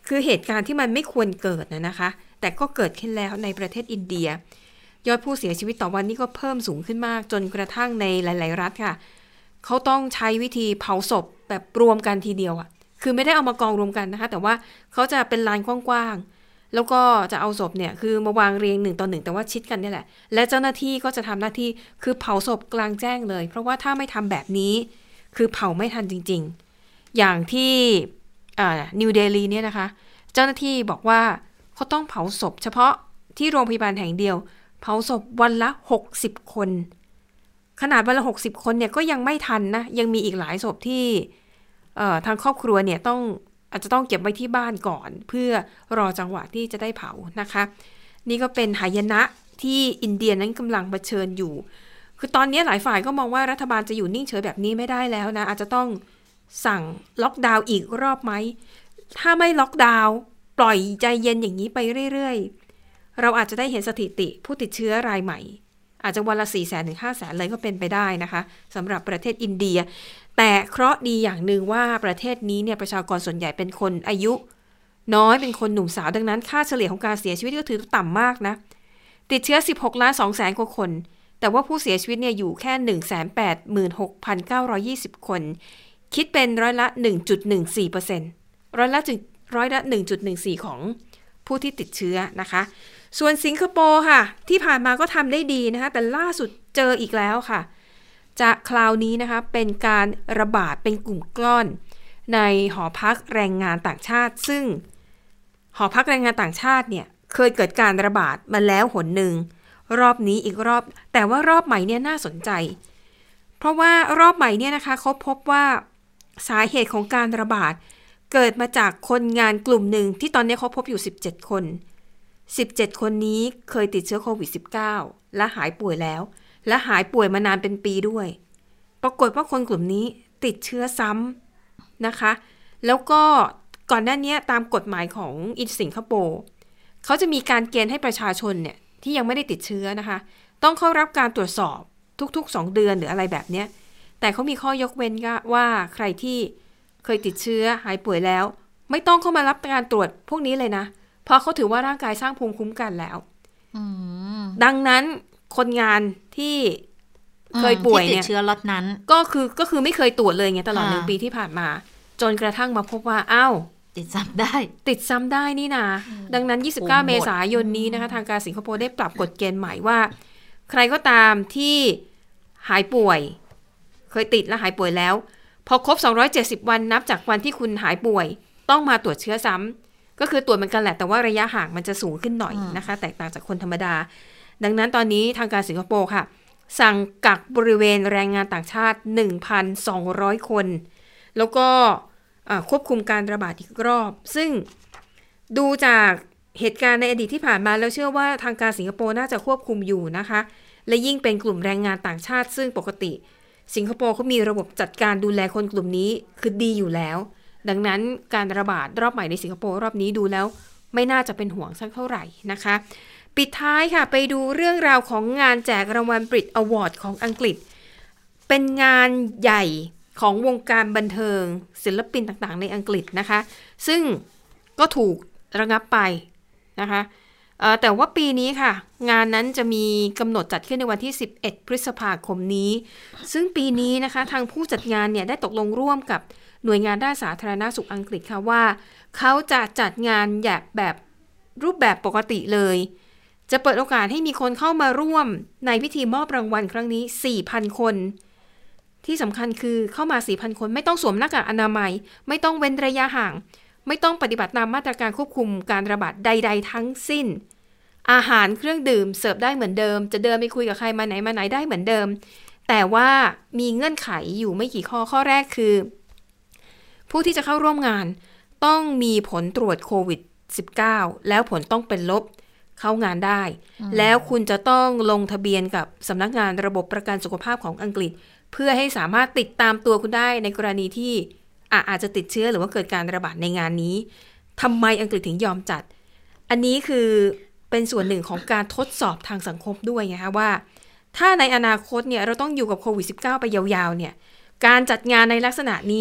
คือเหตุการณ์ที่มันไม่ควรเกิดนะนะคะแต่ก็เกิดขึ้นแล้วในประเทศอินเดียยอดผู้เสียชีวิตต่อวันนี้ก็เพิ่มสูงขึ้นมากจนกระทั่งในหลายๆรัฐค่ะเขาต้องใช้วิธีเผาศพแบบรวมกันทีเดียวอ่ะคือไม่ได้เอามากองรวมกันนะคะแต่ว่าเขาจะเป็นลานกว้างๆแล้วก็จะเอาศพเนี่ยคือมาวางเรียงหนึ่งต่อหนึ่งแต่ว่าชิดกันนี่แหละและเจ้าหน้าที่ก็จะทำหน้าที่คือเผาศพกลางแจ้งเลยเพราะว่าถ้าไม่ทำแบบนี้คือเผาไม่ทันจริงๆอย่างที่นิวเดลีเนี่ยนะคะเจ้าหน้าที่บอกว่าเขาต้องเผาศพเฉพาะที่โรงพยาบาลแห่งเดียวเผาศพวันละหกสิบคนขนาดวันละหกสิบคนเนี่ยก็ยังไม่ทันนะยังมีอีกหลายศพที่ทางครอบครัวเนี่ยต้องอาจจะต้องเก็บไว้ที่บ้านก่อนเพื่อรอจังหวะที่จะได้เผานะคะนี่ก็เป็นหายนะที่อินเดียนั้นกำลังเผชิญอยู่คือตอนนี้หลายฝ่ายก็มองว่ารัฐบาลจะอยู่นิ่งเฉยแบบนี้ไม่ได้แล้วนะอาจจะต้องสั่งล็อกดาวน์อีกรอบไหมถ้าไม่ล็อกดาวน์ปล่อยใจเย็นอย่างนี้ไปเรื่อยๆเราอาจจะได้เห็นสถิติผู้ติดเชื้อรายใหม่อาจจะวันละ สี่แสน ถึง ห้าแสน เลยก็เป็นไปได้นะคะสำหรับประเทศอินเดียแต่เคราะห์ดีอย่างหนึ่งว่าประเทศนี้เนี่ยประชากรส่วนใหญ่เป็นคนอายุน้อยเป็นคนหนุ่มสาวดังนั้นค่าเฉลี่ยของการเสียชีวิตก็ถือต่ำมากนะติดเชื้อสิบหกล้านสองแสนกว่าคนแต่ว่าผู้เสียชีวิตเนี่ยอยู่แค่ หนึ่งแสนแปดหมื่นหกพันเก้าร้อยยี่สิบ คนคิดเป็นร้อยละ หนึ่งจุดหนึ่งสี่เปอร์เซ็นต์ ร้อยละร้อยละ หนึ่งจุดหนึ่งสี่ ของผู้ที่ติดเชื้อนะคะส่วนสิงคโปร์ค่ะที่ผ่านมาก็ทำได้ดีนะคะแต่ล่าสุดเจออีกแล้วค่ะจะคราวนี้นะคะเป็นการระบาดเป็นกลุ่มก้อนในหอพักแรงงานต่างชาติซึ่งหอพักแรงงานต่างชาติเนี่ยเคยเกิดการระบาดมาแล้วหนหนึ่งรอบนี้อีกรอบแต่ว่ารอบใหม่เนี่ยน่าสนใจเพราะว่ารอบใหม่เนี่ยนะคะเขาพบว่าสาเหตุของการระบาดเกิดมาจากคนงานกลุ่มหนึ่งที่ตอนนี้เขาพบอยู่สิบเจ็ดคนสิบเจ็ดคนนี้เคยติดเชื้อโควิด สิบเก้า และหายป่วยแล้วและหายป่วยมานานเป็นปีด้วยปรากฏว่าคนกลุ่มนี้ติดเชื้อซ้ำนะคะแล้วก็ก่อนหน้านี้ตามกฎหมายของอินสิงคโปร์เขาจะมีการเกณฑ์ให้ประชาชนเนี่ยที่ยังไม่ได้ติดเชื้อนะคะต้องเข้ารับการตรวจสอบทุกๆสองเดือนหรืออะไรแบบนี้แต่เขามีข้อยกเว้นว่าใครที่เคยติดเชื้อหายป่วยแล้วไม่ต้องเข้ามารับการตรวจพวกนี้เลยนะเพราะเขาถือว่าร่างกายสร้างภูมิคุ้มกันแล้วดังนั้นคนงานที่เคยป่วยเนี่ยติดเชื้อล็อตนั้นก็คือก็คือไม่เคยตรวจเลยไงตลอดหนึ่งปีที่ผ่านมาจนกระทั่งมาพบว่าอ้าวติดซ้ำได้ติดซ้ำได้นี่นะดังนั้นยี่สิบเก้าเมษายนนี้นะคะทางการสิงคโปร์ได้ปรับกฎเกณฑ์ใหม่ว่าใครก็ตามที่หายป่วยเคยติดและหายป่วยแล้วพอครบสองร้อยเจ็ดสิบวันนับจากวันที่คุณหายป่วยต้องมาตรวจเชื้อซ้ำก็คือตรวจเหมือนกันแหละแต่ว่าระยะห่างมันจะสูงขึ้นหน่อยนะคะแตกต่างจากคนธรรมดาดังนั้นตอนนี้ทางการสิงคโปร์ค่ะสั่งกักบริเวณแรงงานต่างชาติ หนึ่งพันสองร้อย คนแล้วก็ควบคุมการระบาดอีกรอบซึ่งดูจากเหตุการณ์ในอดีตที่ผ่านมาแล้วเชื่อว่าทางการสิงคโปร์น่าจะควบคุมอยู่นะคะและยิ่งเป็นกลุ่มแรงงานต่างชาติซึ่งปกติสิงคโปร์เขามีระบบจัดการดูแลคนกลุ่มนี้คือดีอยู่แล้วดังนั้นการระบาดรอบใหม่ในสิงคโปร์รอบนี้ดูแล้วไม่น่าจะเป็นห่วงสักเท่าไหร่นะคะปิดท้ายค่ะไปดูเรื่องราวของงานแจกรางวัล Brit Award ของอังกฤษเป็นงานใหญ่ของวงการบันเทิงศิลปินต่างๆในอังกฤษนะคะซึ่งก็ถูกระงับไปนะคะแต่ว่าปีนี้ค่ะงานนั้นจะมีกำหนดจัดขึ้นในวันที่สิบเอ็ดพฤษภาคมนี้ซึ่งปีนี้นะคะทางผู้จัดงานเนี่ยได้ตกลงร่วมกับหน่วยงานด้านสาธารณสุขอังกฤษค่ะว่าเขาจะจัดงานแบบแบบรูปแบบปกติเลยจะเปิดโอกาสให้มีคนเข้ามาร่วมในพิธีมอบรางวัลครั้งนี้ สี่พัน คนที่สำคัญคือเข้ามา สี่พัน คนไม่ต้องสวมหน้ากากอนามัยไม่ต้องเว้นระยะห่างไม่ต้องปฏิบัติตามมาตรการควบคุมการระบาดใดๆทั้งสิ้นอาหารเครื่องดื่มเสิร์ฟได้เหมือนเดิมจะเดินไปคุยกับใครมาไหนมาไหนได้เหมือนเดิมแต่ว่ามีเงื่อนไขอยู่ไม่กี่ข้อข้อแรกคือผู้ที่จะเข้าร่วมงานต้องมีผลตรวจโควิด สิบเก้า แล้วผลต้องเป็นลบเข้างานได้แล้วคุณจะต้องลงทะเบียนกับสำนักงานระบบประกันสุขภาพของอังกฤษเพื่อให้สามารถติดตามตัวคุณได้ในกรณีที่อาอาจจะติดเชื้อหรือว่าเกิดการระบาดในงานนี้ทำไมอังกฤษถึงยอมจัดอันนี้คือเป็นส่วนหนึ่งของการทดสอบทางสังคมด้วยไงคะว่าถ้าในอนาคตเนี่ยเราต้องอยู่กับโควิด สิบเก้า ไปยาวๆเนี่ยการจัดงานในลักษณะนี้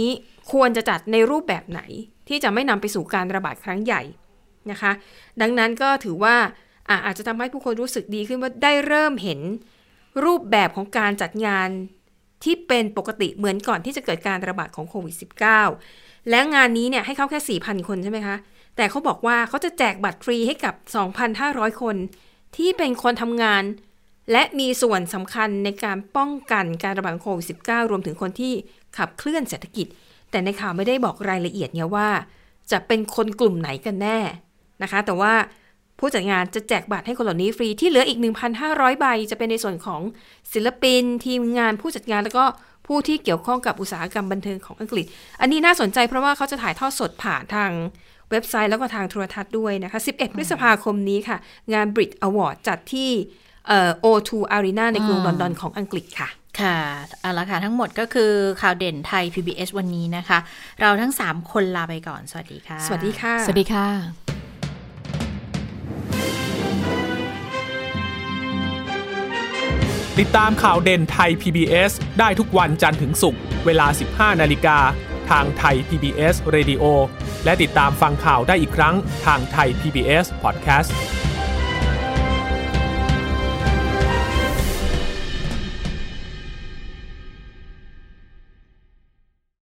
ควรจะจัดในรูปแบบไหนที่จะไม่นำไปสู่การระบาดครั้งใหญ่นะคะดังนั้นก็ถือว่าอ่ะอาจจะทำให้ผู้คนรู้สึกดีขึ้นว่าได้เริ่มเห็นรูปแบบของการจัดงานที่เป็นปกติเหมือนก่อนที่จะเกิดการระบาดของโควิด สิบเก้า และงานนี้เนี่ยให้เข้าแค่ สี่พัน คนใช่ไหมคะแต่เขาบอกว่าเขาจะแจกบัตรฟรีให้กับ สองพันห้าร้อย คนที่เป็นคนทำงานและมีส่วนสำคัญในการป้องกันการระบาดของโควิด สิบเก้า รวมถึงคนที่ขับเคลื่อนเศรษฐกิจแต่ในข่าวไม่ได้บอกรายละเอียดเนี่ยว่าจะเป็นคนกลุ่มไหนกันแน่นะคะแต่ว่าผู้จัดงานจะแจกบัตรให้คนเหล่านี้ฟรีที่เหลืออีก หนึ่งพันห้าร้อย ใบจะเป็นในส่วนของศิลปินทีมงานผู้จัดงานแล้วก็ผู้ที่เกี่ยวข้องกับอุตสาหกรรมบันเทิงของอังกฤษอันนี้น่าสนใจเพราะว่าเขาจะถ่ายทอดสดผ่านทางเว็บไซต์แล้วก็ทางโทรทัศน์ด้วยนะคะสิบเอ็ดพฤษภาคมนี้ค่ะงาน Brit Award จัดที่เอ่อ โอ ทู Arena ในกรุงลอนดอนของอังกฤษค่ะค่ะเอาละค่ะทั้งหมดก็คือข่าวเด่นไทย พี บี เอส วันนี้นะคะเราทั้งสามคนลาไปก่อนสวัสดีค่ะสวัสดีค่ะสวัสดีค่ะติดตามข่าวเด่นไทย พี บี เอส ได้ทุกวันจันทร์ถึงศุกร์เวลา สิบห้านาฬิกาทางไทย พี บี เอส Radio และติดตามฟังข่าวได้อีกครั้งทางไทย พี บี เอส Podcast